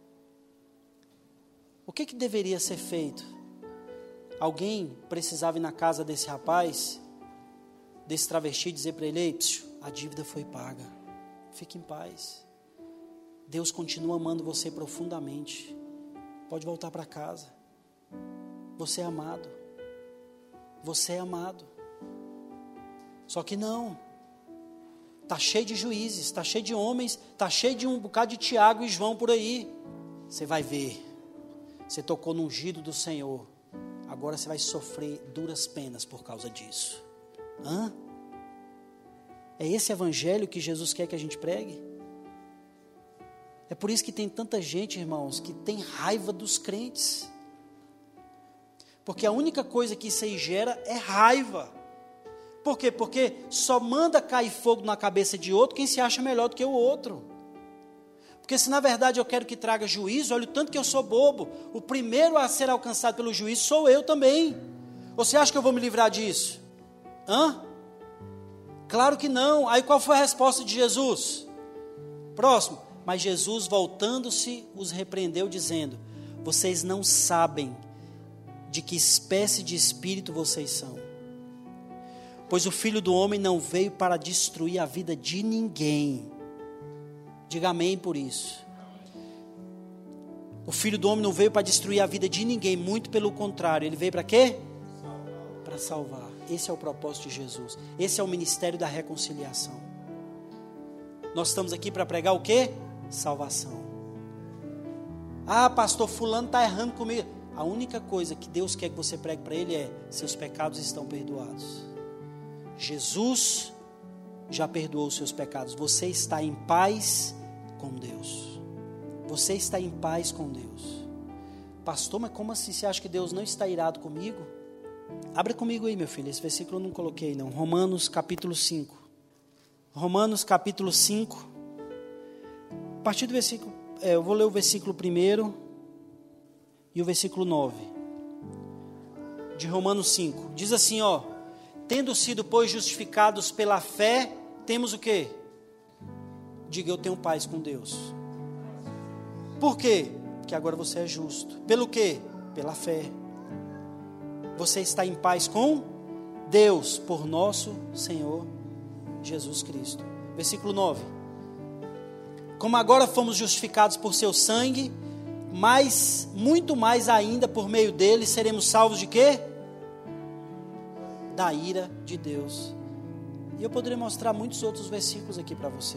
O que, que deveria ser feito? Alguém precisava ir na casa desse rapaz, desse travesti, dizer para ele: ei, psiu, a dívida foi paga, fique em paz, Deus continua amando você profundamente, pode voltar para casa, você é amado, você é amado. Só que não, está cheio de juízes, está cheio de homens, está cheio de um bocado de Tiago e João por aí. Você vai ver, você tocou no ungido do Senhor, agora você vai sofrer duras penas por causa disso. Hã? É esse evangelho que Jesus quer que a gente pregue? É por isso que tem tanta gente, irmãos, que tem raiva dos crentes. Porque a única coisa que isso aí gera é raiva. Por quê? Porque só manda cair fogo na cabeça de outro quem se acha melhor do que o outro. Porque se na verdade eu quero que traga juízo, olha o tanto que eu sou bobo. O primeiro a ser alcançado pelo juízo sou eu também. Você acha que eu vou me livrar disso? Hã? Claro que não. Aí qual foi a resposta de Jesus? Próximo. Mas Jesus, voltando-se, os repreendeu, dizendo: vocês não sabem de que espécie de espírito vocês são. Pois o Filho do Homem não veio para destruir a vida de ninguém. Diga amém por isso. O Filho do Homem não veio para destruir a vida de ninguém, muito pelo contrário. Ele veio para quê? Para salvar. Esse é o propósito de Jesus. Esse é o ministério da reconciliação. Nós estamos aqui para pregar o quê? Salvação. Ah, pastor, fulano está errando comigo. A única coisa que Deus quer que você pregue para ele é: seus pecados estão perdoados. Jesus já perdoou os seus pecados. Você está em paz com Deus. Você está em paz com Deus. Pastor, mas como assim? Você acha que Deus não está irado comigo? Abre comigo aí, meu filho. Esse versículo eu não coloquei não. Romanos capítulo cinco. Romanos capítulo cinco. A partir do versículo, é, eu vou ler o versículo primeiro e o versículo nove. De Romanos cinco. Diz assim, ó: tendo sido, pois, justificados pela fé, temos o quê? Diga, eu tenho paz com Deus. Por quê? Porque agora você é justo. Pelo quê? Pela fé. Você está em paz com Deus, por nosso Senhor Jesus Cristo. Versículo nove. Como agora fomos justificados por seu sangue, mas muito mais ainda por meio dele seremos salvos de quê? Da ira de Deus. E eu poderia mostrar muitos outros versículos aqui para você.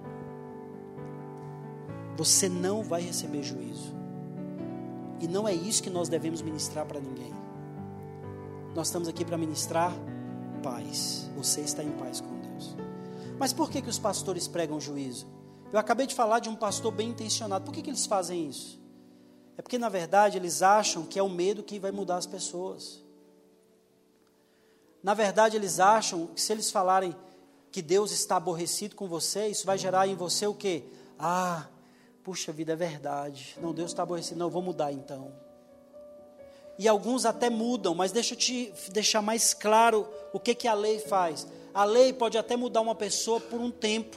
Você não vai receber juízo. E não é isso que nós devemos ministrar para ninguém. Nós estamos aqui para ministrar paz. Você está em paz com Deus. Mas por que que os pastores pregam juízo? Eu acabei de falar de um pastor bem intencionado. Por que que eles fazem isso? É porque na verdade eles acham que é o medo que vai mudar as pessoas. Na verdade eles acham que se eles falarem que Deus está aborrecido com você, isso vai gerar em você o quê? Ah, puxa vida, é verdade. Não, Deus está aborrecido. Não, eu vou mudar então. E alguns até mudam, mas deixa eu te deixar mais claro o que, que a lei faz. A lei pode até mudar uma pessoa por um tempo.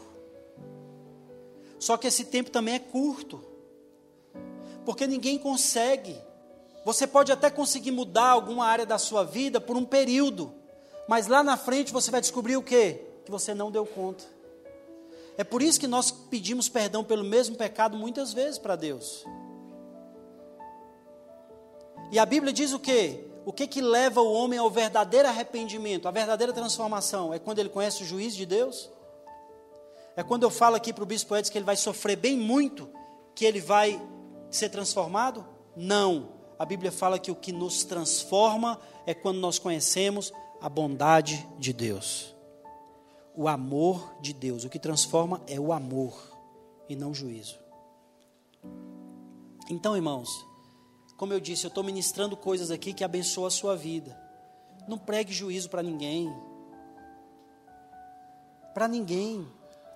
Só que esse tempo também é curto. Porque ninguém consegue. Você pode até conseguir mudar alguma área da sua vida por um período. Mas lá na frente você vai descobrir o quê? Que você não deu conta. É por isso que nós pedimos perdão pelo mesmo pecado muitas vezes para Deus. E a Bíblia diz o quê? O que que leva o homem ao verdadeiro arrependimento, a verdadeira transformação? É quando ele conhece o juízo de Deus? É quando eu falo aqui para o Bispo Edson que ele vai sofrer bem muito, que ele vai ser transformado? Não. A Bíblia fala que o que nos transforma é quando nós conhecemos a bondade de Deus. O amor de Deus. O que transforma é o amor e não o juízo. Então, irmãos, como eu disse, eu estou ministrando coisas aqui que abençoam a sua vida. Não pregue juízo para ninguém. Para ninguém.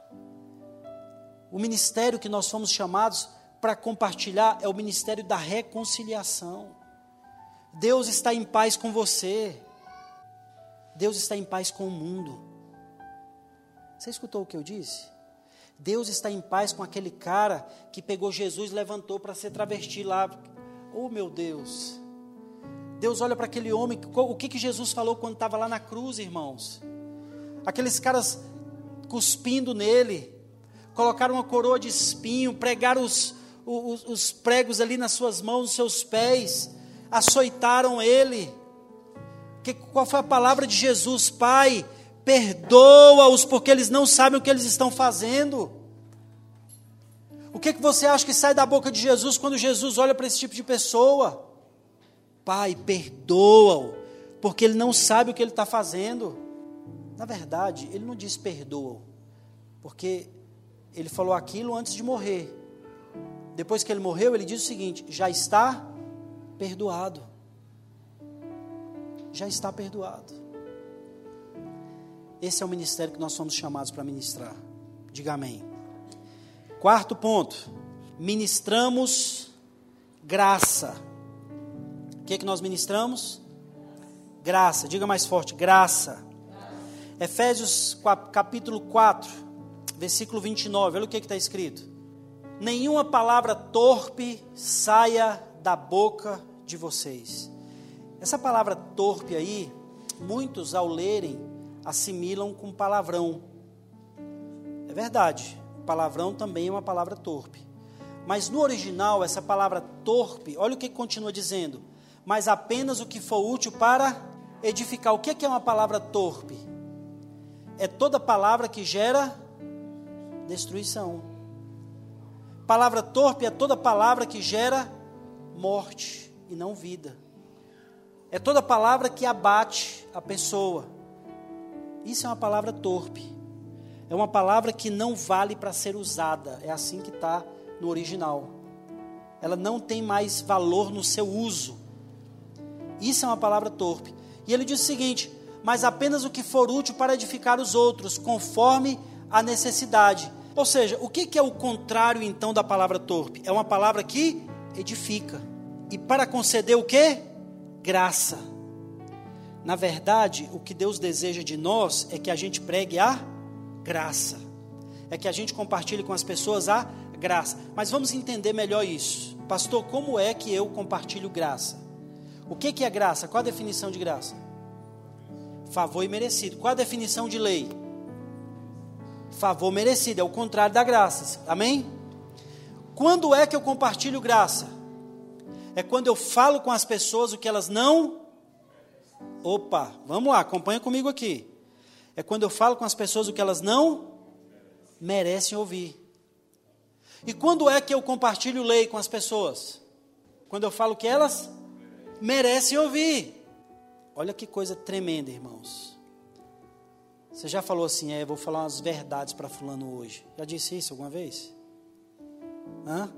O ministério que nós fomos chamados para compartilhar é o ministério da reconciliação. Deus está em paz com você. Deus está em paz com o mundo. Você escutou o que eu disse? Deus está em paz com aquele cara que pegou Jesus e levantou para ser travesti lá. Oh, meu Deus. Deus olha para aquele homem. O que que Jesus falou quando estava lá na cruz, irmãos? Aqueles caras cuspindo nele. Colocaram uma coroa de espinho. Pregaram os, os, os pregos ali nas suas mãos, nos seus pés. Açoitaram ele. Que, qual foi a palavra de Jesus? Pai, perdoa-os porque eles não sabem o que eles estão fazendo. O que, que você acha que sai da boca de Jesus quando Jesus olha para esse tipo de pessoa? Pai, perdoa-o, porque ele não sabe o que ele está fazendo. Na verdade, ele não diz perdoa-o, porque ele falou aquilo antes de morrer. Depois que ele morreu, ele diz o seguinte: já está perdoado. Já está perdoado. Esse é o ministério que nós somos chamados para ministrar. Diga amém. Quarto ponto, ministramos graça. O que é que nós ministramos? Graça, diga mais forte, graça. graça. Efésios capítulo quatro, versículo vinte e nove, olha o que está escrito. Nenhuma palavra torpe saia da boca de vocês. Essa palavra torpe aí, muitos ao lerem, assimilam com palavrão. É verdade. Palavrão também é uma palavra torpe. Mas no original, essa palavra torpe, olha o que continua dizendo. Mas apenas o que for útil para edificar. O que é uma palavra torpe? É toda palavra que gera destruição. Palavra torpe é toda palavra que gera morte e não vida. É toda palavra que abate a pessoa. Isso é uma palavra torpe. É uma palavra que não vale para ser usada. É assim que está no original. Ela não tem mais valor no seu uso. Isso é uma palavra torpe. E ele diz o seguinte: mas apenas o que for útil para edificar os outros, conforme a necessidade. Ou seja, o que é o contrário então da palavra torpe? É uma palavra que edifica. E para conceder o quê? Graça. Na verdade, o que Deus deseja de nós é que a gente pregue a graça. é que a gente compartilhe com as pessoas a graça. Mas vamos entender melhor isso. Pastor, como é que eu compartilho graça? O que que é graça? Qual a definição de graça? Favor imerecido. Qual a definição de lei? Favor merecido, é o contrário da graça. Amém? Quando é que eu compartilho graça? É quando eu falo com as pessoas o que elas não... Opa, vamos lá, acompanha comigo aqui. É quando eu falo com as pessoas o que elas não merecem ouvir. E quando é que eu compartilho lei com as pessoas? Quando eu falo que elas merecem ouvir. Olha que coisa tremenda, irmãos. Você já falou assim, é, vou falar umas verdades para fulano hoje. Já disse isso alguma vez? Hã?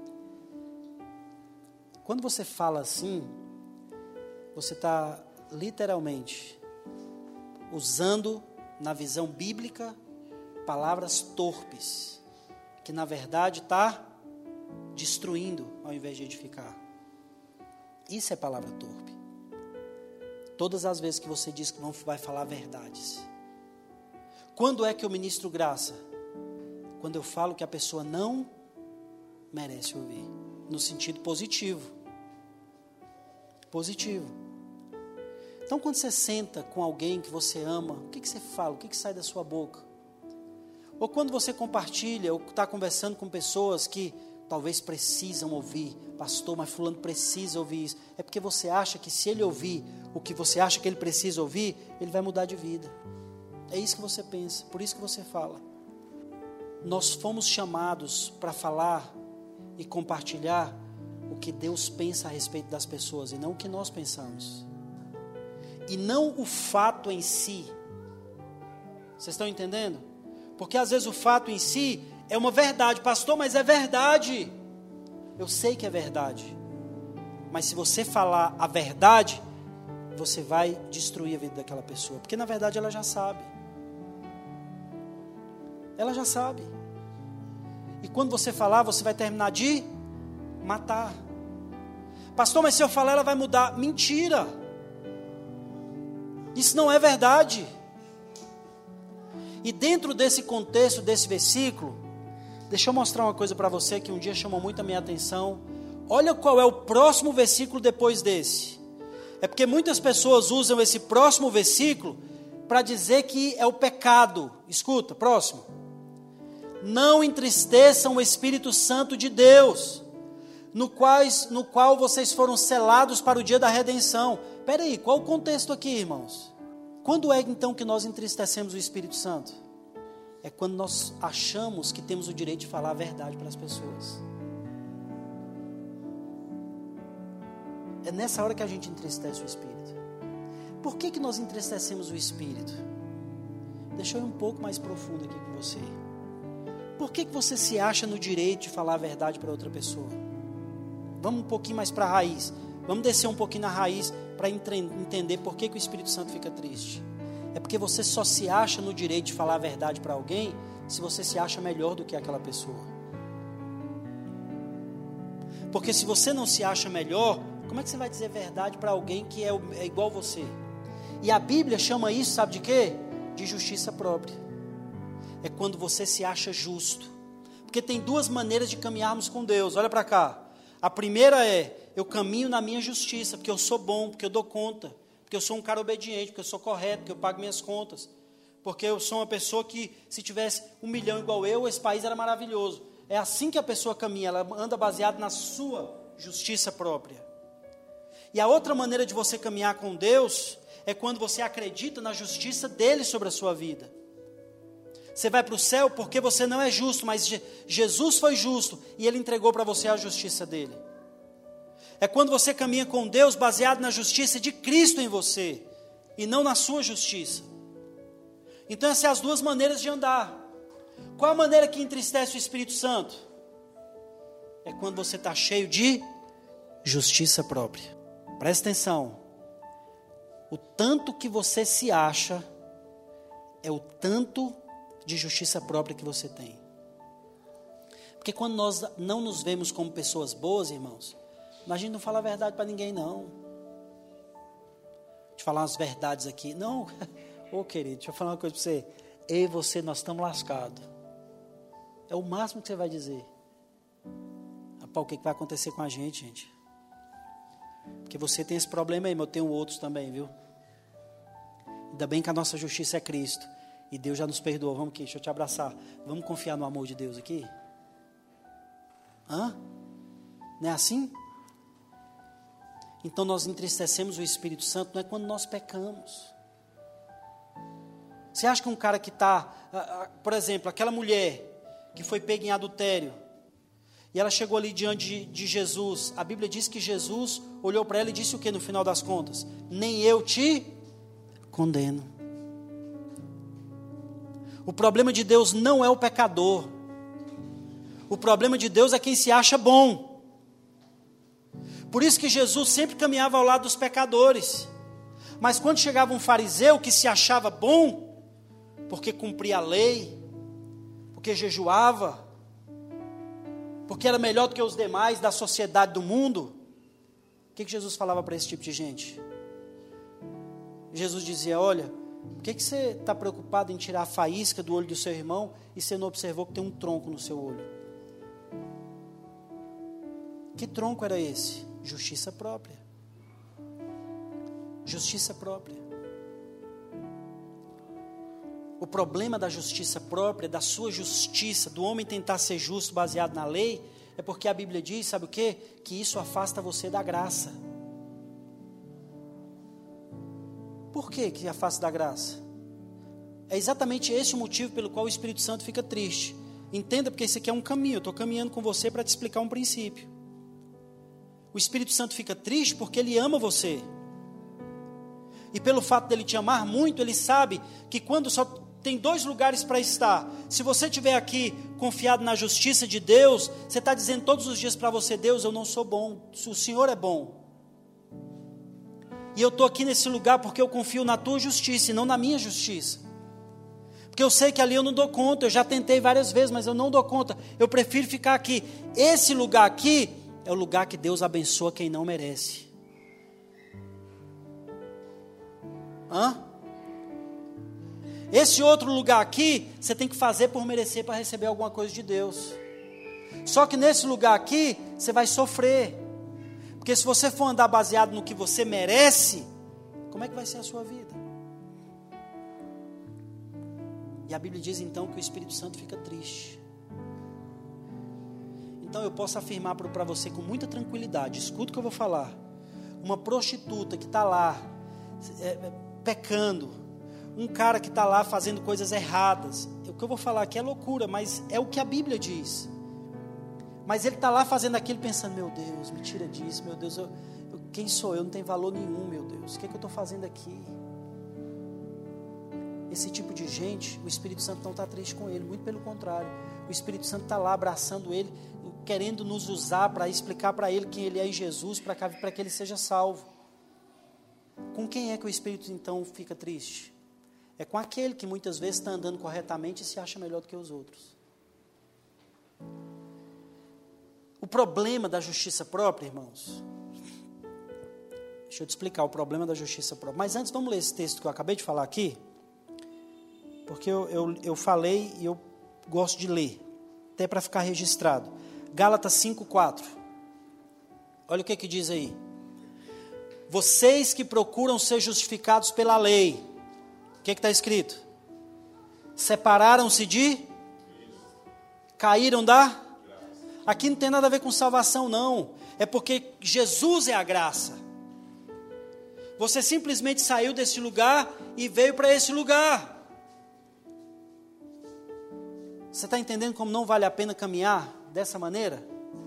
Quando você fala assim, você está literalmente usando, na visão bíblica, palavras torpes, que na verdade está destruindo ao invés de edificar. Isso é palavra torpe. Todas as vezes que você diz que não vai falar verdades. Quando é que eu ministro graça? Quando eu falo que a pessoa não merece ouvir, no sentido positivo. Positivo. Então, quando você senta com alguém que você ama, o que, que você fala? O que, que sai da sua boca? Ou quando você compartilha, ou está conversando com pessoas que talvez precisam ouvir, pastor, mas fulano precisa ouvir isso. É porque você acha que se ele ouvir o que você acha que ele precisa ouvir, ele vai mudar de vida. É isso que você pensa, por isso que você fala. Nós fomos chamados para falar e compartilhar o que Deus pensa a respeito das pessoas e não o que nós pensamos. E não o fato em si. Vocês estão entendendo? Porque às vezes o fato em si é uma verdade. Pastor, mas é verdade. Eu sei que é verdade. Mas se você falar a verdade, você vai destruir a vida daquela pessoa. Porque na verdade ela já sabe. Ela já sabe. E quando você falar, você vai terminar de matar. Pastor, mas se eu falar, ela vai mudar. Mentira. Isso não é verdade. E dentro desse contexto, desse versículo, deixa eu mostrar uma coisa para você que um dia chamou muito a minha atenção. Olha qual é o próximo versículo depois desse. É porque muitas pessoas usam esse próximo versículo para dizer que é o pecado. Escuta, próximo. Não entristeçam o Espírito Santo de Deus, no, quais, no qual vocês foram selados para o dia da redenção. Espera aí, qual o contexto aqui, irmãos? Quando é então que nós entristecemos o Espírito Santo? É quando nós achamos que temos o direito de falar a verdade para as pessoas. É nessa hora que a gente entristece o Espírito. Por que que nós entristecemos o Espírito? Deixa eu ir um pouco mais profundo aqui com você. Por que que você se acha no direito de falar a verdade para outra pessoa? Vamos um pouquinho mais para a raiz. Vamos descer um pouquinho na raiz para entender por que que o Espírito Santo fica triste. É porque você só se acha no direito de falar a verdade para alguém se você se acha melhor do que aquela pessoa. Porque se você não se acha melhor, como é que você vai dizer verdade para alguém que é, é igual a você? E a Bíblia chama isso, sabe de quê? De justiça própria. É quando você se acha justo. Porque tem duas maneiras de caminharmos com Deus. Olha para cá. A primeira é, eu caminho na minha justiça, porque eu sou bom, porque eu dou conta, porque eu sou um cara obediente, porque eu sou correto, porque eu pago minhas contas, porque eu sou uma pessoa que, se tivesse um milhão igual eu, esse país era maravilhoso. É assim que a pessoa caminha, ela anda baseada na sua justiça própria. E a outra maneira de você caminhar com Deus é quando você acredita na justiça dele sobre a sua vida. Você vai para o céu porque você não é justo, mas Jesus foi justo e ele entregou para você a justiça dele. É quando você caminha com Deus baseado na justiça de Cristo em você e não na sua justiça. Então essas são as duas maneiras de andar. Qual a maneira que entristece o Espírito Santo? É quando você está cheio de justiça própria. Presta atenção. O tanto que você se acha é o tanto de justiça própria que você tem. Porque quando nós não nos vemos como pessoas boas, irmãos, a gente não fala a verdade para ninguém, não. Deixa eu falar umas verdades aqui. Não, ô querido, deixa eu falar uma coisa para você. Eu e você, nós estamos lascados. É o máximo que você vai dizer. Rapaz, o que vai acontecer com a gente, gente? Porque você tem esse problema aí, mas eu tenho outros também, viu? Ainda bem que a nossa justiça é Cristo. E Deus já nos perdoou. Vamos aqui, deixa eu te abraçar. Vamos confiar no amor de Deus aqui? Hã? Não é assim? Então nós entristecemos o Espírito Santo, não é quando nós pecamos. Você acha que um cara que está, por exemplo, aquela mulher que foi pega em adultério, e ela chegou ali diante de, de Jesus, a Bíblia diz que Jesus olhou para ela e disse o que no final das contas? Nem eu te condeno. O problema de Deus não é o pecador. O problema de Deus é quem se acha bom. Por isso que Jesus sempre caminhava ao lado dos pecadores. Mas quando chegava um fariseu que se achava bom, porque cumpria a lei, porque jejuava, porque era melhor do que os demais da sociedade do mundo, o que, que Jesus falava para esse tipo de gente? Jesus dizia, olha, por que, que você está preocupado em tirar a faísca do olho do seu irmão e você não observou que tem um tronco no seu olho? Que tronco era esse? Justiça própria. Justiça própria. O problema da justiça própria, da sua justiça, do homem tentar ser justo baseado na lei, é porque a Bíblia diz, sabe o quê? Que isso afasta você da graça. Por que que afasta da graça? É exatamente esse o motivo pelo qual o Espírito Santo fica triste. Entenda, porque esse aqui é um caminho, eu estou caminhando com você para te explicar um princípio. O Espírito Santo fica triste porque ele ama você. E pelo fato dele te amar muito, ele sabe que quando só tem dois lugares para estar. Se você estiver aqui confiado na justiça de Deus, você está dizendo todos os dias para você, Deus, eu não sou bom, o Senhor é bom. E eu estou aqui nesse lugar porque eu confio na tua justiça e não na minha justiça. Porque eu sei que ali eu não dou conta, eu já tentei várias vezes, mas eu não dou conta. Eu prefiro ficar aqui. Esse lugar aqui é o lugar que Deus abençoa quem não merece. Hã? Esse outro lugar aqui, você tem que fazer por merecer para receber alguma coisa de Deus. Só que nesse lugar aqui, você vai sofrer. Porque se você for andar baseado no que você merece, como é que vai ser a sua vida? E a Bíblia diz então que o Espírito Santo fica triste. Então eu posso afirmar para você com muita tranquilidade, escuta o que eu vou falar. Uma prostituta que está lá, é, pecando, um cara que está lá fazendo coisas erradas, o que eu vou falar aqui é loucura, mas é o que a Bíblia diz. Mas ele está lá fazendo aquilo pensando, meu Deus, me tira disso, meu Deus, eu, eu, quem sou eu? Não tem valor nenhum, meu Deus, o que, é que eu estou fazendo aqui? Esse tipo de gente, o Espírito Santo não está triste com ele, muito pelo contrário, o Espírito Santo está lá abraçando ele, querendo nos usar para explicar para ele quem ele é em Jesus, para que ele seja salvo. Com quem é que o Espírito então fica triste? É com aquele que muitas vezes está andando corretamente e se acha melhor do que os outros. O problema da justiça própria, irmãos, deixa eu te explicar o problema da justiça própria, mas antes vamos ler esse texto que eu acabei de falar aqui, porque eu, eu, eu falei e eu gosto de ler, até para ficar registrado. Gálatas cinco, quatro. Olha o que que diz aí. Vocês que procuram ser justificados pela lei, o que está escrito? Separaram-se de? Caíram da? Aqui não tem nada a ver com salvação não, é porque Jesus é a graça. Você simplesmente saiu desse lugar e veio para esse lugar. Você está entendendo como não vale a pena caminhar dessa maneira?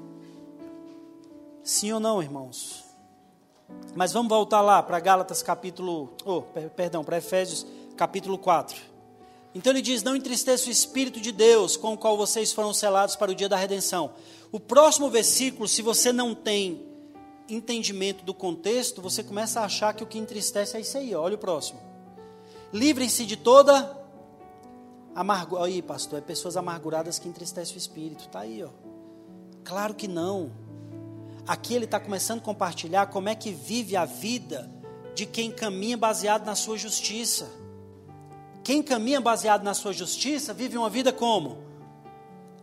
Sim ou não, irmãos? Mas vamos voltar lá para Gálatas capítulo, oh, perdão, para Efésios capítulo quatro. Então ele diz, não entristeça o Espírito de Deus, com o qual vocês foram selados para o dia da redenção. O próximo versículo, se você não tem entendimento do contexto, você começa a achar que o que entristece é isso aí, ó. Olha o próximo. Livrem-se de toda amargura. Aí, pastor, é pessoas amarguradas que entristecem o Espírito. Está aí, ó. Claro que não. Aqui ele está começando a compartilhar como é que vive a vida de quem caminha baseado na sua justiça. Quem caminha baseado na sua justiça vive uma vida como?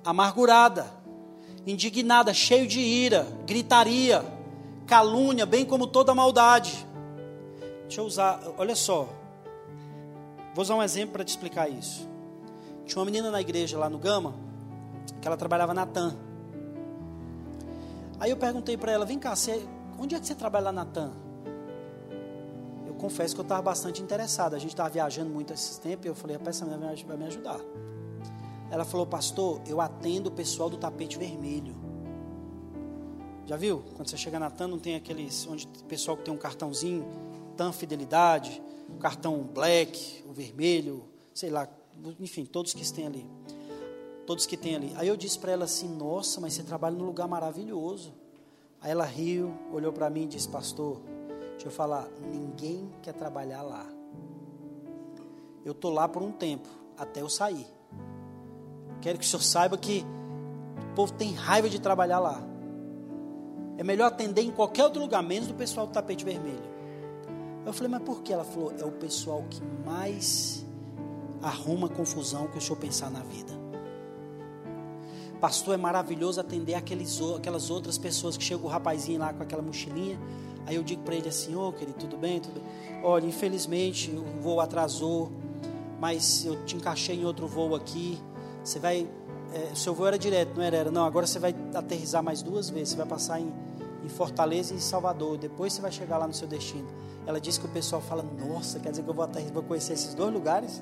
amargurada, indignada, cheio de ira, gritaria, calúnia, bem como toda maldade. Deixa eu usar, olha só, vou usar um exemplo para te explicar isso. Tinha uma menina na igreja lá no Gama, que ela trabalhava na TAM. Aí eu perguntei para ela, vem cá, você, onde é que você trabalha lá na TAM? Eu confesso que eu estava bastante interessado, a gente estava viajando muito esse tempo, e eu falei, rapaz, essa menina vai me ajudar. Ela falou, pastor, eu atendo o pessoal do tapete vermelho. Já viu? Quando você chega na TAM, não tem aqueles, onde o pessoal que tem um cartãozinho, TAM Fidelidade, o cartão Black, o vermelho, sei lá, enfim, todos que têm ali. Todos que tem ali. Aí eu disse para ela assim, nossa, mas você trabalha num lugar maravilhoso. Aí ela riu, olhou para mim e disse, pastor, deixa eu falar, ninguém quer trabalhar lá. Eu estou lá por um tempo, até eu sair. Quero que o senhor saiba que o povo tem raiva de trabalhar lá. É melhor atender em qualquer outro lugar, menos do pessoal do tapete vermelho. Eu falei, mas por que? Ela falou, é o pessoal que mais arruma confusão que o senhor pensar na vida. Pastor, é maravilhoso atender aqueles, aquelas outras pessoas que chega o rapazinho lá com aquela mochilinha. Aí eu digo para ele assim, ô oh, querido, tudo bem? Tudo bem? Olha, infelizmente o voo atrasou, mas eu te encaixei em outro voo aqui. Você vai, é, o seu voo era direto, não era? era? Não, agora você vai aterrissar mais duas vezes. Você vai passar em, em Fortaleza e em Salvador. Depois você vai chegar lá no seu destino. Ela disse que o pessoal fala, nossa, quer dizer que eu vou, aterrissar, vou conhecer esses dois lugares?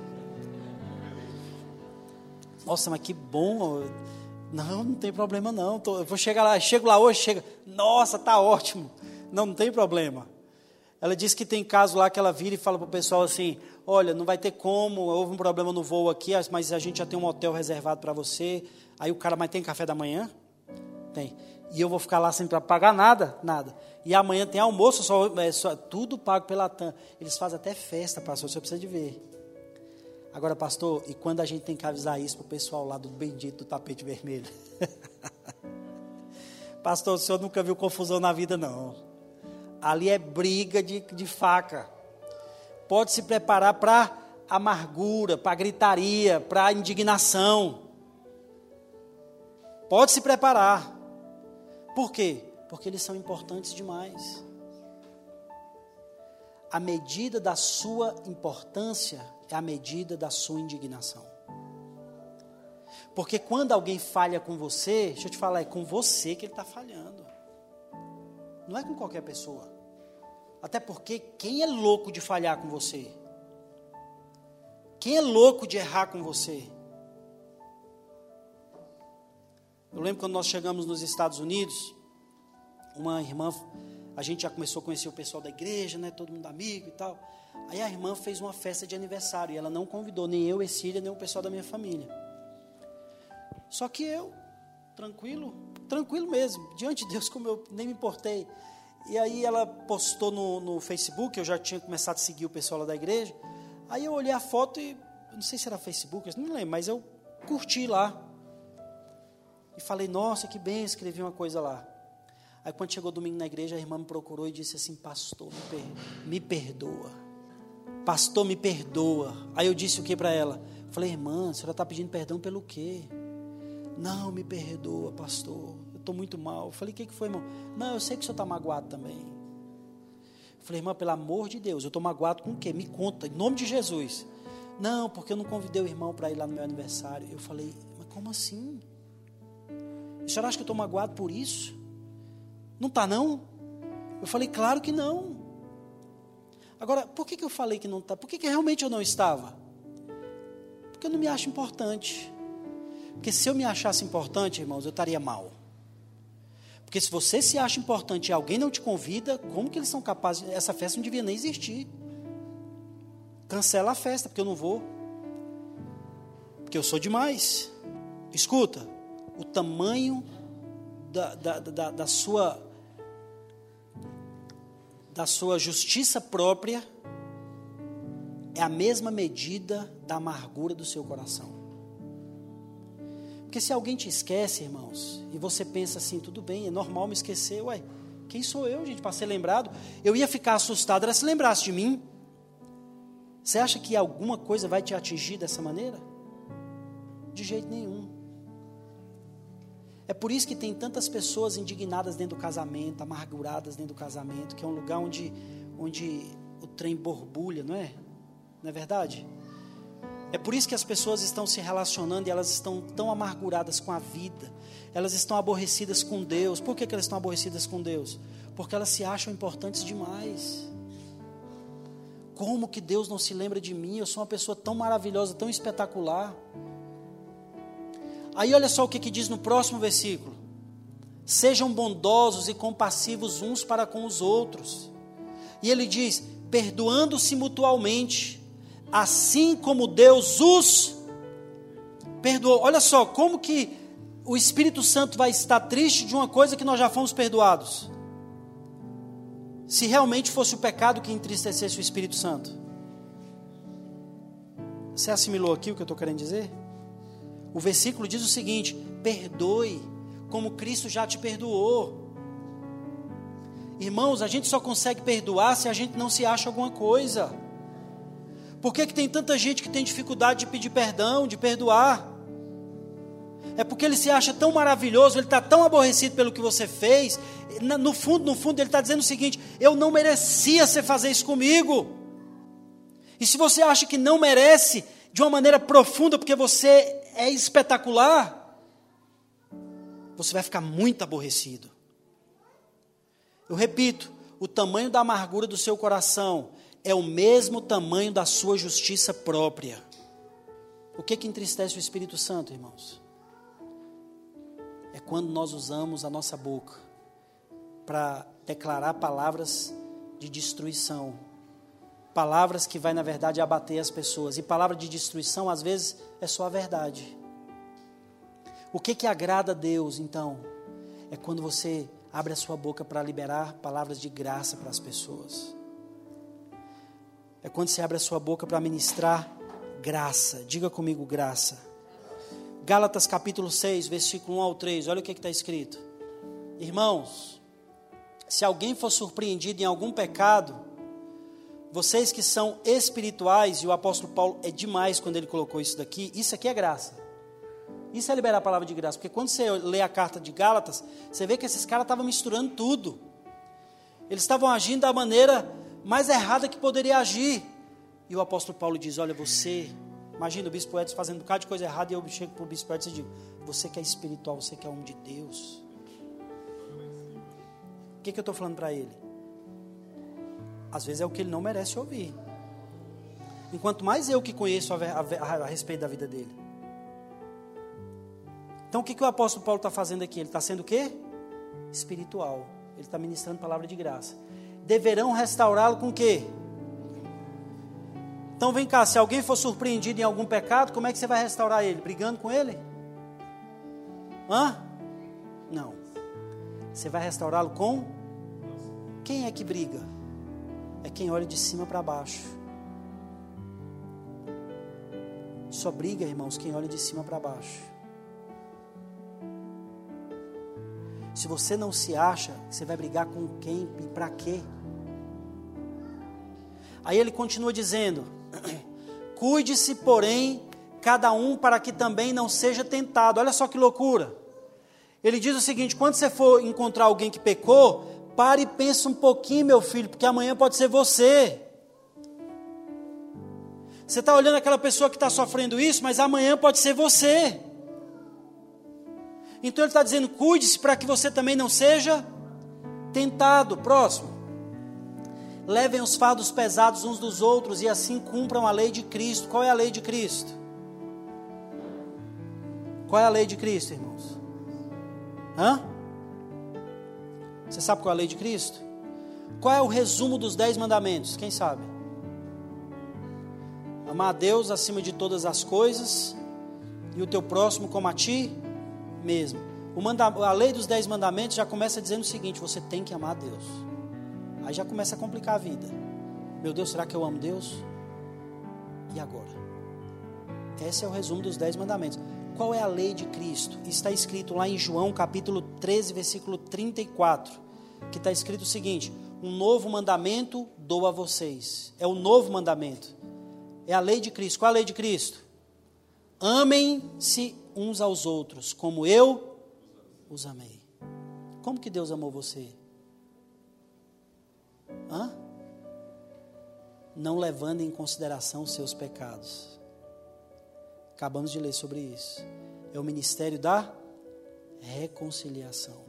Nossa, mas que bom. Não, não tem problema não. Tô, eu vou chegar lá, chego lá hoje, chega. Nossa, tá ótimo. Não, não tem problema. Ela disse que tem caso lá que ela vira e fala para o pessoal assim, olha, não vai ter como, houve um problema no voo aqui, mas a gente já tem um hotel reservado para você. Aí o cara, mas tem café da manhã? Tem. E eu vou ficar lá sem pagar nada? Nada. E amanhã tem almoço, só, é, só, tudo pago pela TAM. Eles fazem até festa, pastor, você precisa de ver. Agora, pastor, e quando a gente tem que avisar isso para o pessoal lá do bendito do tapete vermelho? Pastor, o senhor nunca viu confusão na vida, não. Ali é briga de, de faca. Pode se preparar para amargura, para gritaria, para indignação. Pode se preparar. Por quê? Porque eles são importantes demais. A medida da sua importância é a medida da sua indignação. Porque quando alguém falha com você, deixa eu te falar, é com você que ele está falhando. Não é com qualquer pessoa. Até porque quem é louco de falhar com você? Quem é louco de errar com você? Eu lembro quando nós chegamos nos Estados Unidos, uma irmã, a gente já começou a conhecer o pessoal da igreja, né, todo mundo amigo e tal. Aí a irmã fez uma festa de aniversário e ela não convidou nem eu, Exília, nem o pessoal da minha família. Só que eu, tranquilo, tranquilo mesmo, diante de Deus, como eu nem me importei. E aí ela postou no, no Facebook, eu já tinha começado a seguir o pessoal lá da igreja. Aí eu olhei a foto e, não sei se era Facebook, eu não lembro, mas eu curti lá. E falei, nossa, que bem, escrevi uma coisa lá. Aí quando chegou domingo na igreja, a irmã me procurou e disse assim, pastor, me, per, me perdoa. Pastor, me perdoa. Aí eu disse o que para ela? Falei, irmã, a senhora está pedindo perdão pelo quê? Não, me perdoa, pastor. Eu estou muito mal. Eu falei, o que, que foi, irmão? Não, eu sei que o senhor está magoado também. Eu falei, irmã, pelo amor de Deus, eu estou magoado com o quê? Me conta, em nome de Jesus. Não, porque eu não convidei o irmão para ir lá no meu aniversário. Eu falei, mas como assim? A senhora acha que eu estou magoado por isso? Não está não? Eu falei, claro que não. Agora, por que, que eu falei que não está? Por que, que realmente eu não estava? Porque eu não me acho importante. Porque se eu me achasse importante, irmãos, eu estaria mal. Porque se você se acha importante e alguém não te convida, como que eles são capazes? Essa festa não devia nem existir. Cancela a festa, porque eu não vou. Porque eu sou demais. Escuta, o tamanho da, da, da, da sua da sua justiça própria é a mesma medida da amargura do seu coração. Porque se alguém te esquece, irmãos, e você pensa assim, tudo bem, é normal me esquecer, ué, quem sou eu, gente, para ser lembrado? Eu ia ficar assustado, era se lembrasse de mim. Você acha que alguma coisa vai te atingir dessa maneira? De jeito nenhum. É por isso que tem tantas pessoas indignadas dentro do casamento, amarguradas dentro do casamento, que é um lugar onde, onde o trem borbulha, não é? Não é verdade? É por isso que as pessoas estão se relacionando e elas estão tão amarguradas com a vida. Elas estão aborrecidas com Deus. Por que que elas estão aborrecidas com Deus? Porque elas se acham importantes demais. Como que Deus não se lembra de mim? Eu sou uma pessoa tão maravilhosa, tão espetacular. Aí olha só o que, que diz no próximo versículo. Sejam bondosos e compassivos uns para com os outros. E ele diz, perdoando-se mutualmente, assim como Deus os perdoou. Olha só, como que o Espírito Santo vai estar triste de uma coisa que nós já fomos perdoados? Se realmente fosse o pecado que entristecesse o Espírito Santo. Você assimilou aqui o que eu estou querendo dizer? O versículo diz o seguinte, perdoe, como Cristo já te perdoou. Irmãos, a gente só consegue perdoar se a gente não se acha alguma coisa. Por que que tem tanta gente que tem dificuldade de pedir perdão, de perdoar? É porque ele se acha tão maravilhoso, ele está tão aborrecido pelo que você fez. No fundo, no fundo, ele está dizendo o seguinte, eu não merecia você fazer isso comigo. E se você acha que não merece, de uma maneira profunda, porque você é espetacular, você vai ficar muito aborrecido. Eu repito, o tamanho da amargura do seu coração é o mesmo tamanho da sua justiça própria. O que que entristece o Espírito Santo, irmãos? É quando nós usamos a nossa boca para declarar palavras de destruição, palavras que vai na verdade abater as pessoas, e palavra de destruição às vezes é só a verdade. O que que agrada a Deus então? É quando você abre a sua boca para liberar palavras de graça para as pessoas. É quando você abre a sua boca para ministrar graça. Diga comigo, graça. Gálatas capítulo seis, versículo um ao três, olha o que está escrito. Irmãos, se alguém for surpreendido em algum pecado, vocês que são espirituais, e o apóstolo Paulo é demais quando ele colocou isso daqui, isso aqui é graça. Isso é liberar a palavra de graça, porque quando você lê a carta de Gálatas, você vê que esses caras estavam misturando tudo. Eles estavam agindo da maneira mais errada que poderia agir. E o apóstolo Paulo diz, olha, você, imagina o bispo Edson fazendo um bocado de coisa errada, e eu chego para o bispo Edson e digo, você que é espiritual, você que é homem de Deus. O que, que eu estou falando para ele? Às vezes é o que ele não merece ouvir. Enquanto mais eu que conheço a, a, a, a respeito da vida dele. Então o que, que o apóstolo Paulo está fazendo aqui? Ele está sendo o quê? Espiritual. Ele está ministrando palavra de graça. Deverão restaurá-lo com o quê? Então vem cá, se alguém for surpreendido em algum pecado, como é que você vai restaurar ele? Brigando com ele? Hã? Não. Você vai restaurá-lo com? Quem é que briga? É quem olha de cima para baixo. Só briga, irmãos, quem olha de cima para baixo. Se você não se acha, você vai brigar com quem e para quê? Aí ele continua dizendo, cuide-se, porém, cada um para que também não seja tentado. Olha só que loucura. Ele diz o seguinte, quando você for encontrar alguém que pecou, pare e pense um pouquinho, meu filho, porque amanhã pode ser você. Você está olhando aquela pessoa que está sofrendo isso, mas amanhã pode ser você. Então ele está dizendo, cuide-se para que você também não seja tentado. Próximo. Levem os fardos pesados uns dos outros e assim cumpram a lei de Cristo. Qual é a lei de Cristo? Qual é a lei de Cristo, irmãos? Hã? Você sabe qual é a lei de Cristo? Qual é o resumo dos dez mandamentos? Quem sabe? Amar a Deus acima de todas as coisas e o teu próximo como a ti mesmo. O manda, a lei dos dez mandamentos já começa dizendo o seguinte, você tem que amar a Deus. Aí já começa a complicar a vida. Meu Deus, será que eu amo Deus? E agora? Esse é o resumo dos dez mandamentos. Qual é a lei de Cristo? Está escrito lá em João capítulo treze, versículo trinta e quatro, que está escrito o seguinte, um novo mandamento dou a vocês. É o novo mandamento. É a lei de Cristo. Qual é a lei de Cristo? Amem-se uns aos outros, como eu os amei. Como que Deus amou você? Hã? Não levando em consideração os seus pecados. Acabamos de ler sobre isso. É o ministério da reconciliação.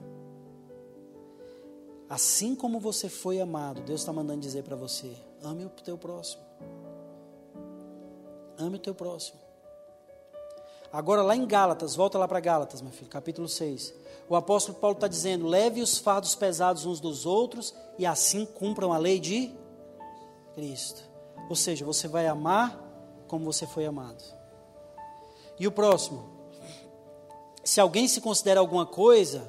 Assim como você foi amado, Deus está mandando dizer para você: ame o teu próximo. Ame o teu próximo. Agora lá em Gálatas, volta lá para Gálatas, meu filho, capítulo seis. O apóstolo Paulo está dizendo: leve os fardos pesados uns dos outros e assim cumpram a lei de Cristo. Ou seja, você vai amar como você foi amado. E o próximo: se alguém se considera alguma coisa,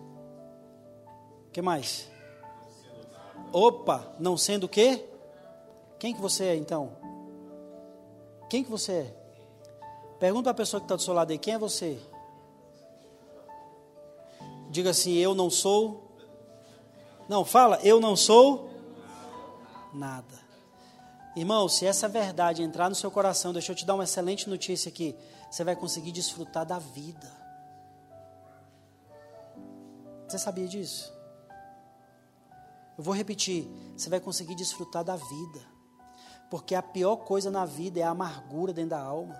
o que mais? Opa, não sendo o quê? Quem que você é então? Quem que você é? Pergunta para a pessoa que está do seu lado aí: quem é você? Diga assim: eu não sou. Não, fala: eu não sou nada. Irmão, se essa verdade entrar no seu coração, deixa eu te dar uma excelente notícia aqui. Você vai conseguir desfrutar da vida. Você sabia disso? Eu vou repetir. Você vai conseguir desfrutar da vida. Porque a pior coisa na vida é a amargura dentro da alma.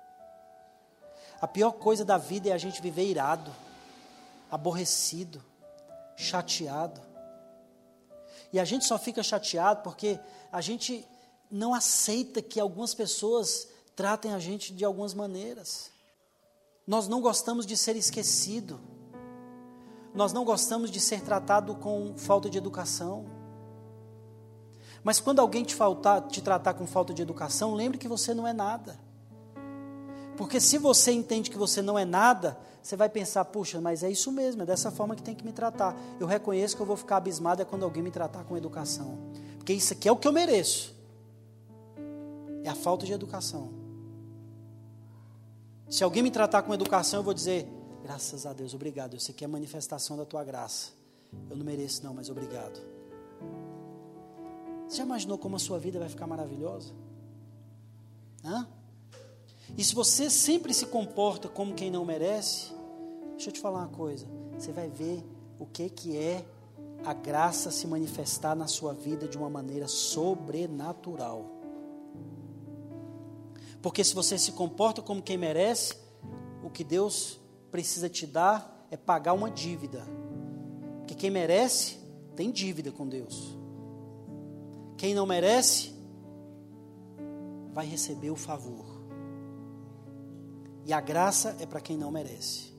A pior coisa da vida é a gente viver irado, aborrecido, chateado. E a gente só fica chateado porque a gente não aceita que algumas pessoas tratem a gente de algumas maneiras. Nós não gostamos de ser esquecido. Nós não gostamos de ser tratado com falta de educação. Mas quando alguém te, faltar, te tratar com falta de educação, lembre que você não é nada. Porque se você entende que você não é nada, você vai pensar: puxa, mas é isso mesmo, é dessa forma que tem que me tratar. Eu reconheço que eu vou ficar abismado é quando alguém me tratar com educação. Porque isso aqui é o que eu mereço. É a falta de educação. Se alguém me tratar com educação, eu vou dizer: graças a Deus, obrigado. Isso aqui é manifestação da tua graça. Eu não mereço não, mas obrigado. Você já imaginou como a sua vida vai ficar maravilhosa? Hã? E se você sempre se comporta como quem não merece, deixa eu te falar uma coisa, você vai ver o que, que é a graça se manifestar na sua vida de uma maneira sobrenatural. Porque se você se comporta como quem merece, o que Deus precisa te dar é pagar uma dívida. Porque quem merece tem dívida com Deus. Quem não merece vai receber o favor. E a graça é para quem não merece.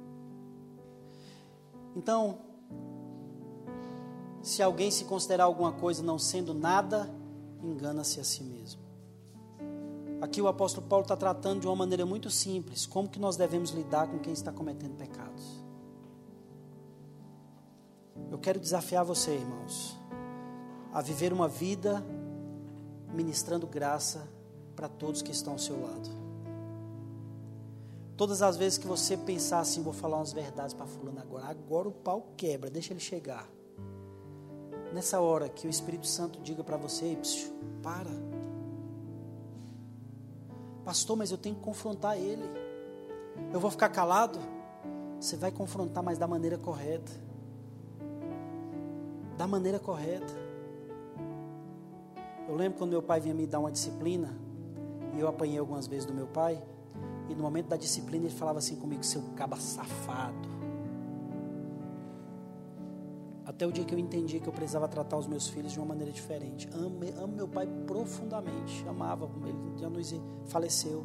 Então, se alguém se considerar alguma coisa não sendo nada, engana-se a si mesmo. Aqui o apóstolo Paulo está tratando de uma maneira muito simples, como que nós devemos lidar com quem está cometendo pecados. Eu quero desafiar você, irmãos, a viver uma vida ministrando graça para todos que estão ao seu lado. Todas as vezes que você pensar assim: vou falar umas verdades para fulano agora, agora o pau quebra, deixa ele chegar. Nessa hora que o Espírito Santo diga para você: psiu, para. Pastor, mas eu tenho que confrontar ele. Eu vou ficar calado? Você vai confrontar, mas da maneira correta. Da maneira correta. Eu lembro quando meu pai vinha me dar uma disciplina, e eu apanhei algumas vezes do meu pai, e no momento da disciplina ele falava assim comigo: seu caba safado. Até o dia que eu entendi que eu precisava tratar os meus filhos de uma maneira diferente. Amo, amo meu pai profundamente, amava, ele já nos faleceu.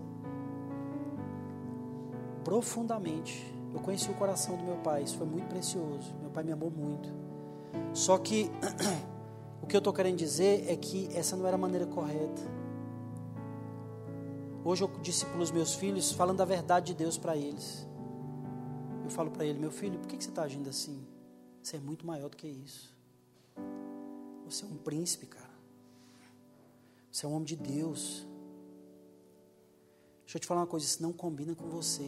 Profundamente. Eu conheci o coração do meu pai, isso foi muito precioso. Meu pai me amou muito. Só que o que eu estou querendo dizer é que essa não era a maneira correta. Hoje eu discipulo os meus filhos falando a verdade de Deus para eles. Eu falo para ele: meu filho, por que você está agindo assim? Você é muito maior do que isso. Você é um príncipe, cara. Você é um homem de Deus. Deixa eu te falar uma coisa, isso não combina com você.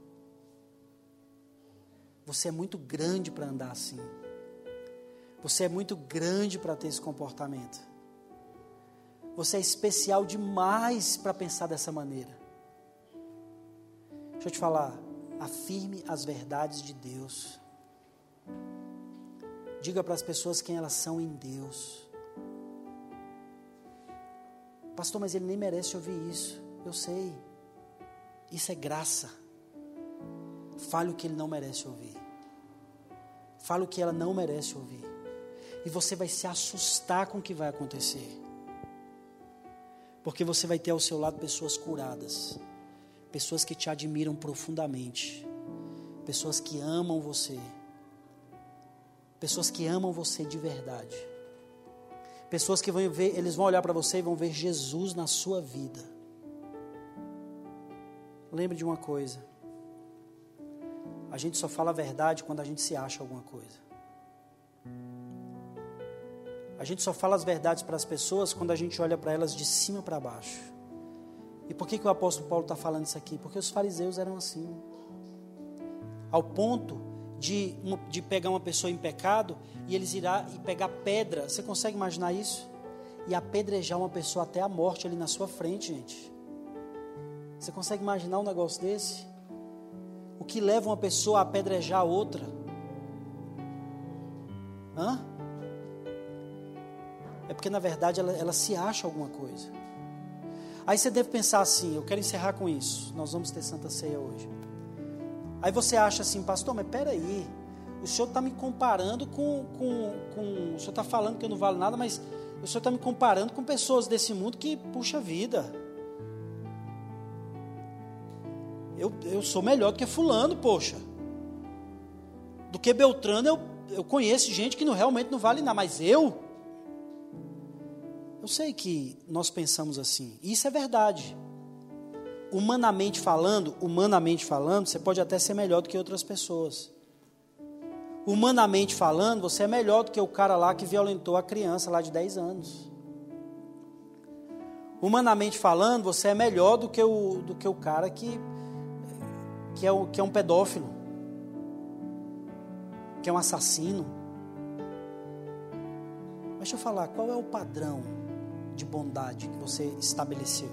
Você é muito grande para andar assim. Você é muito grande para ter esse comportamento. Você é especial demais para pensar dessa maneira. Deixa eu te falar, afirme as verdades de Deus. Diga para as pessoas quem elas são em Deus. Pastor, mas ele nem merece ouvir isso. Eu sei. Isso é graça. Fale o que ele não merece ouvir. Fale o que ela não merece ouvir. E você vai se assustar com o que vai acontecer. Porque você vai ter ao seu lado pessoas curadas. Pessoas que te admiram profundamente. Pessoas que amam você. Pessoas que amam você de verdade. Pessoas que vão ver, eles vão olhar para você e vão ver Jesus na sua vida. Lembre de uma coisa. A gente só fala a verdade quando a gente se acha alguma coisa. A gente só fala as verdades para as pessoas quando a gente olha para elas de cima para baixo. E por que que o apóstolo Paulo está falando isso aqui? Porque os fariseus eram assim. Ao ponto de, de pegar uma pessoa em pecado e eles irá e pegar pedra. Você consegue imaginar isso? E apedrejar uma pessoa até a morte ali na sua frente, gente. Você consegue imaginar um negócio desse? O que leva uma pessoa a apedrejar a outra? Hã? É porque na verdade ela, ela se acha alguma coisa. Aí você deve pensar assim, eu quero encerrar com isso. Nós vamos ter Santa Ceia hoje. Aí você acha assim, pastor, mas peraí, o senhor está me comparando com, com, com... O senhor está falando que eu não valo nada, mas o senhor está me comparando com pessoas desse mundo que, puxa vida, eu, eu sou melhor do que fulano, poxa. Do que Beltrano, eu, eu conheço gente que não, realmente não vale nada, mas eu... Eu sei que nós pensamos assim, e isso é verdade. Humanamente falando, humanamente falando, você pode até ser melhor do que outras pessoas. Humanamente falando, você é melhor do que o cara lá que violentou a criança lá de dez anos. Humanamente falando, você é melhor do que o, do que o cara que, que, é o, que é um pedófilo, que é um assassino. Mas deixa eu falar, qual é o padrão de bondade que você estabeleceu?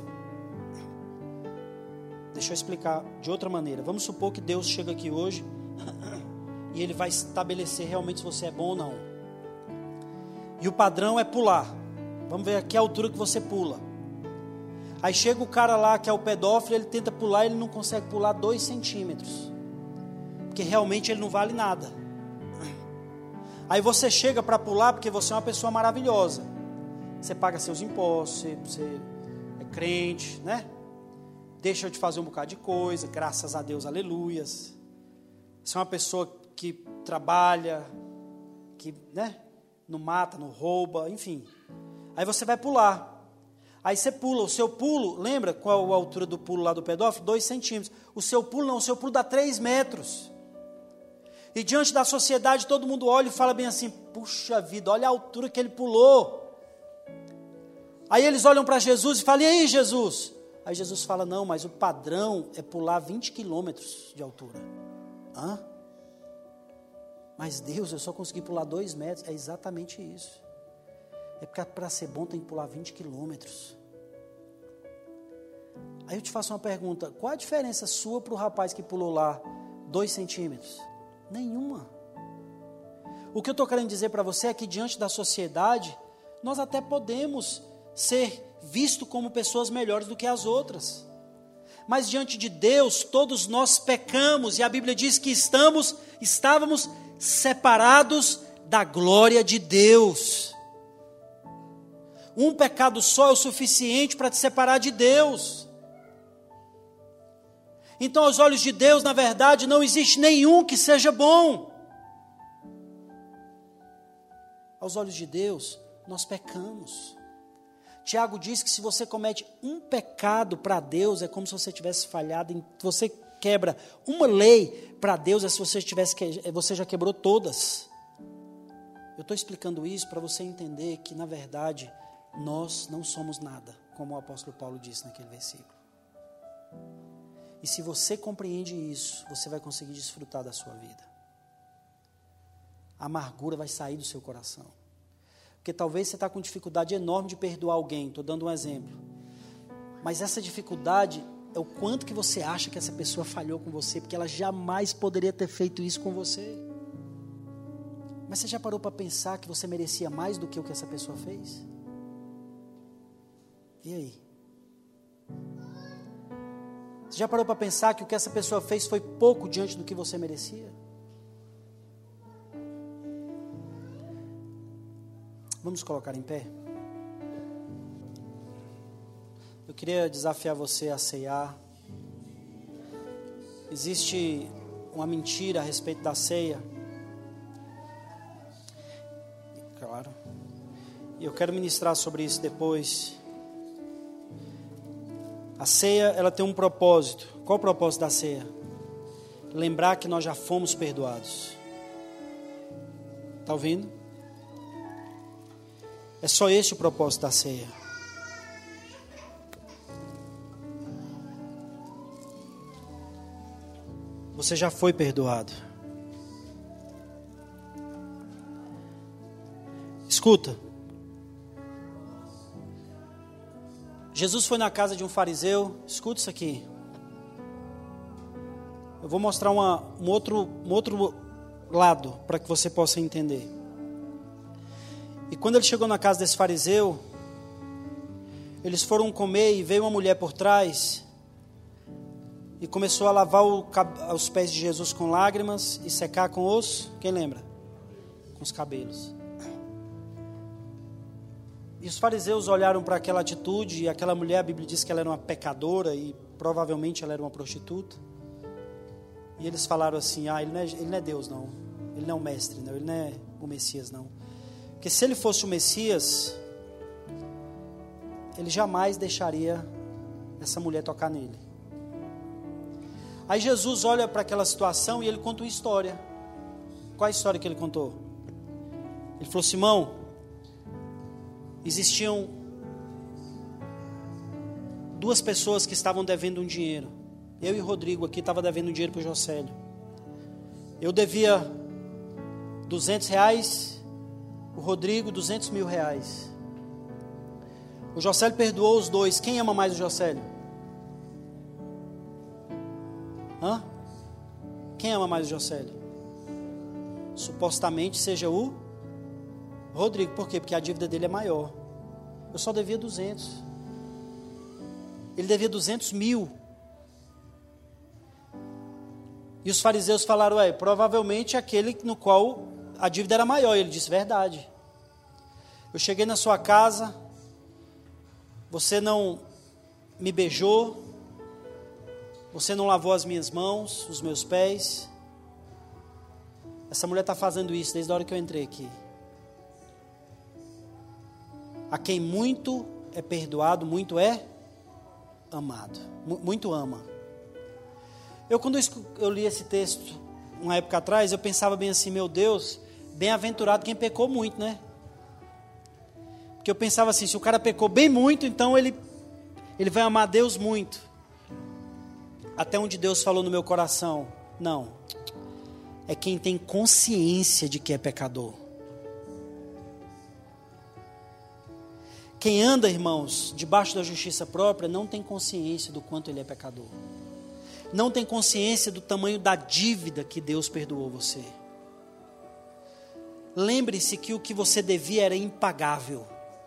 Deixa eu explicar de outra maneira. Vamos supor que Deus chega aqui hoje e Ele vai estabelecer realmente se você é bom ou não. E o padrão é pular. Vamos ver aqui a altura que você pula. Aí chega o cara lá que é o pedófilo, ele tenta pular, ele não consegue pular dois centímetros. Porque realmente ele não vale nada. Aí você chega para pular porque você é uma pessoa maravilhosa. Você paga seus impostos, você, você é crente, né? Deixa de fazer um bocado de coisa, graças a Deus, aleluias. Você é uma pessoa que trabalha, que, né, não mata, não rouba, enfim. Aí você vai pular. Aí você pula, o seu pulo, lembra qual a altura do pulo lá do pedófilo? Dois centímetros. O seu pulo não, o seu pulo dá três metros. E diante da sociedade todo mundo olha e fala bem assim, puxa vida, olha a altura que ele pulou. Aí eles olham para Jesus e falam, e aí Jesus? Aí Jesus fala, não, mas o padrão é pular vinte quilômetros de altura. Hã? Mas Deus, eu só consegui pular dois metros. É exatamente isso. É porque para ser bom tem que pular vinte quilômetros. Aí eu te faço uma pergunta, qual a diferença sua para o rapaz que pulou lá dois centímetros? Nenhuma. O que eu estou querendo dizer para você é que diante da sociedade, nós até podemos ser vistos como pessoas melhores do que as outras. Mas diante de Deus, todos nós pecamos, e a Bíblia diz que estamos, estávamos separados da glória de Deus. Um pecado só é o suficiente para te separar de Deus. Então, aos olhos de Deus, na verdade, não existe nenhum que seja bom. Aos olhos de Deus, nós pecamos. Tiago diz que se você comete um pecado para Deus, é como se você tivesse falhado, em, você quebra uma lei para Deus, é se você, tivesse, você já quebrou todas. Eu estou explicando isso para você entender que, na verdade, nós não somos nada, como o apóstolo Paulo disse naquele versículo. E se você compreende isso, você vai conseguir desfrutar da sua vida. A amargura vai sair do seu coração. Porque talvez você está com dificuldade enorme de perdoar alguém, estou dando um exemplo. Mas essa dificuldade é o quanto que você acha que essa pessoa falhou com você, porque ela jamais poderia ter feito isso com você. Mas você já parou para pensar que você merecia mais do que o que essa pessoa fez? E aí? Você já parou para pensar que o que essa pessoa fez foi pouco diante do que você merecia? Vamos colocar em pé? Eu queria desafiar você a ceiar. Existe uma mentira a respeito da ceia. Claro. E eu quero ministrar sobre isso depois. A ceia, ela tem um propósito. Qual o propósito da ceia? Lembrar que nós já fomos perdoados. Está ouvindo? É só esse o propósito da ceia. Você já foi perdoado. Escuta. Jesus foi na casa de um fariseu. Escuta isso aqui. Eu vou mostrar uma, um, outro, um outro lado para que você possa entender. E quando ele chegou na casa desse fariseu, eles foram comer e veio uma mulher por trás e começou a lavar o, os pés de Jesus com lágrimas e secar com os, quem lembra? Com os cabelos. E os fariseus olharam para aquela atitude, e aquela mulher, a Bíblia diz que ela era uma pecadora e provavelmente ela era uma prostituta. E eles falaram assim, ah, ele não é, ele não é Deus não, ele não é o mestre, não, ele não é o Messias não. Porque se ele fosse o Messias, ele jamais deixaria essa mulher tocar nele. Aí Jesus olha para aquela situação e ele conta uma história. Qual a história que ele contou? Ele falou, Simão, existiam duas pessoas que estavam devendo um dinheiro. Eu e Rodrigo aqui estava devendo um dinheiro para o Jocélio. Eu devia duzentos reais, o Rodrigo duzentos mil reais. O Jocélio perdoou os dois. Quem ama mais o Jocélio? Hã? Quem ama mais o Jocélio? Supostamente seja o Rodrigo. Por quê? Porque a dívida dele é maior. Eu só devia duzentos. Ele devia duzentos mil. E os fariseus falaram, ué, provavelmente aquele no qual a dívida era maior. E ele disse, verdade. Eu cheguei na sua casa, você não me beijou, você não lavou as minhas mãos, os meus pés. Essa mulher está fazendo isso desde a hora que eu entrei aqui. A quem muito é perdoado, muito é amado. Muito ama. Eu, quando eu li esse texto, uma época atrás, eu pensava bem assim, meu Deus, bem-aventurado quem pecou muito, né? Porque eu pensava assim, se o cara pecou bem muito, então ele, ele vai amar Deus muito. Até onde Deus falou no meu coração, não. É quem tem consciência de que é pecador. Quem anda, irmãos, debaixo da justiça própria, não tem consciência do quanto ele é pecador. Não tem consciência do tamanho da dívida que Deus perdoou você. Lembre-se que o que você devia era impagável.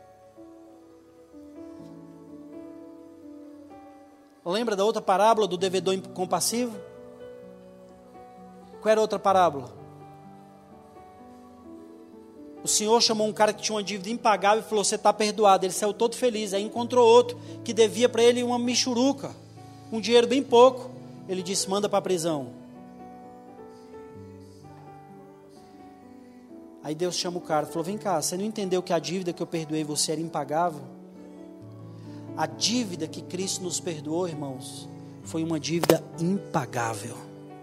Lembra da outra parábola do devedor incompassivo? Qual era a outra parábola? O Senhor chamou um cara que tinha uma dívida impagável e falou, você está perdoado. Ele saiu todo feliz. Aí encontrou outro que devia para ele uma michuruca, um dinheiro bem pouco. Ele disse, manda para a prisão. Aí Deus chama o cara e falou, vem cá, você não entendeu que a dívida que eu perdoei você era impagável? A dívida que Cristo nos perdoou, irmãos, foi uma dívida impagável.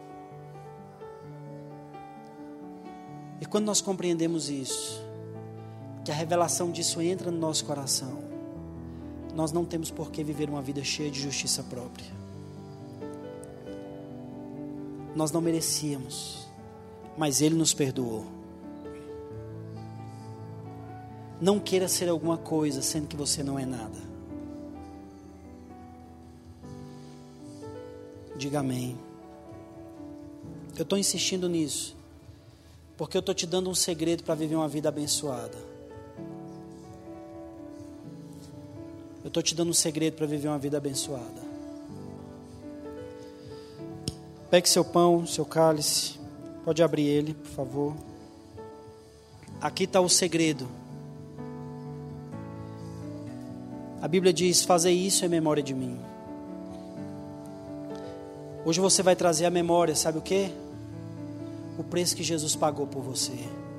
E quando nós compreendemos isso, que a revelação disso entra no nosso coração, nós não temos por que viver uma vida cheia de justiça própria. Nós não merecíamos, mas Ele nos perdoou. Não queira ser alguma coisa, sendo que você não é nada. Diga amém. Eu estou insistindo nisso, Porque eu estou te dando um segredo para viver uma vida abençoada. Eu estou te dando um segredo para viver uma vida abençoada. Pegue seu pão, seu cálice. Pode abrir ele, por favor. Aqui está o segredo. A Bíblia diz: fazei isso em memória de mim. Hoje você vai trazer à memória, sabe o quê? O preço que Jesus pagou por você.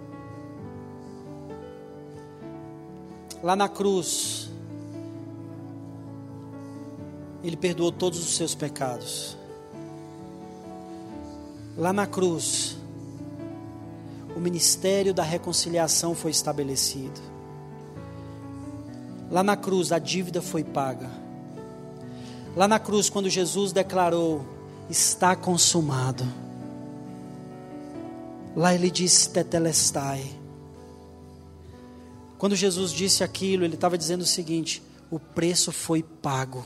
Lá na cruz, Ele perdoou todos os seus pecados. Lá na cruz, o ministério da reconciliação foi estabelecido. Lá na cruz, a dívida foi paga. Lá na cruz, quando Jesus declarou: está consumado. Lá Ele disse: tetelestai. Quando Jesus disse aquilo, Ele estava dizendo o seguinte: o preço foi pago.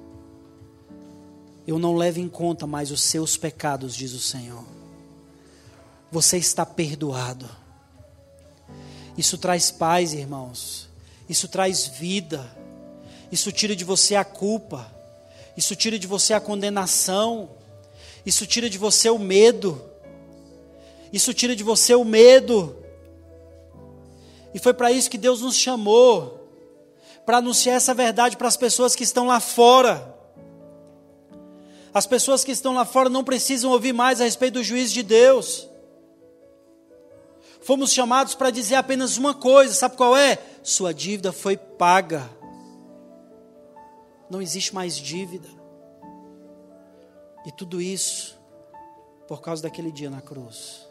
Eu não levo em conta mais os seus pecados, diz o Senhor. Você está perdoado. Isso traz paz, irmãos. Isso traz vida. Isso tira de você a culpa. Isso tira de você a condenação. Isso tira de você o medo. Isso tira de você o medo. E foi para isso que Deus nos chamou, para anunciar essa verdade para as pessoas que estão lá fora. As pessoas que estão lá fora não precisam ouvir mais a respeito do juízo de Deus. Fomos chamados para dizer apenas uma coisa, sabe qual é? Sua dívida foi paga. Não existe mais dívida. E tudo isso por causa daquele dia na cruz.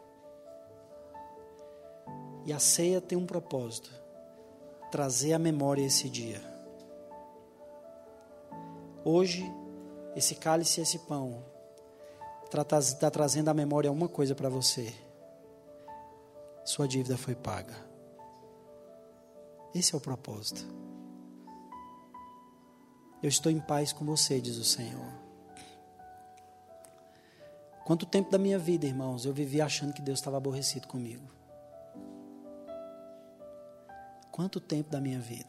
E a ceia tem um propósito: trazer à memória esse dia. Hoje, esse cálice e esse pão está trazendo à memória uma coisa para você: sua dívida foi paga. Esse é o propósito. Eu estou em paz com você, diz o Senhor. Quanto tempo da minha vida, irmãos, eu vivi achando que Deus estava aborrecido comigo? Quanto tempo da minha vida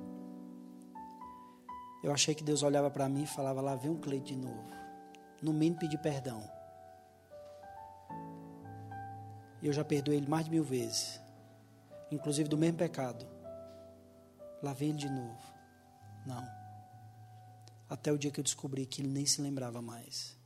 eu achei que Deus olhava para mim e falava: lá vem um Cleito de novo, no mínimo pedir perdão. E eu já perdoei ele mais de mil vezes, inclusive do mesmo pecado. Lá vem ele de novo. Não. Até o dia que eu descobri que ele nem se lembrava mais.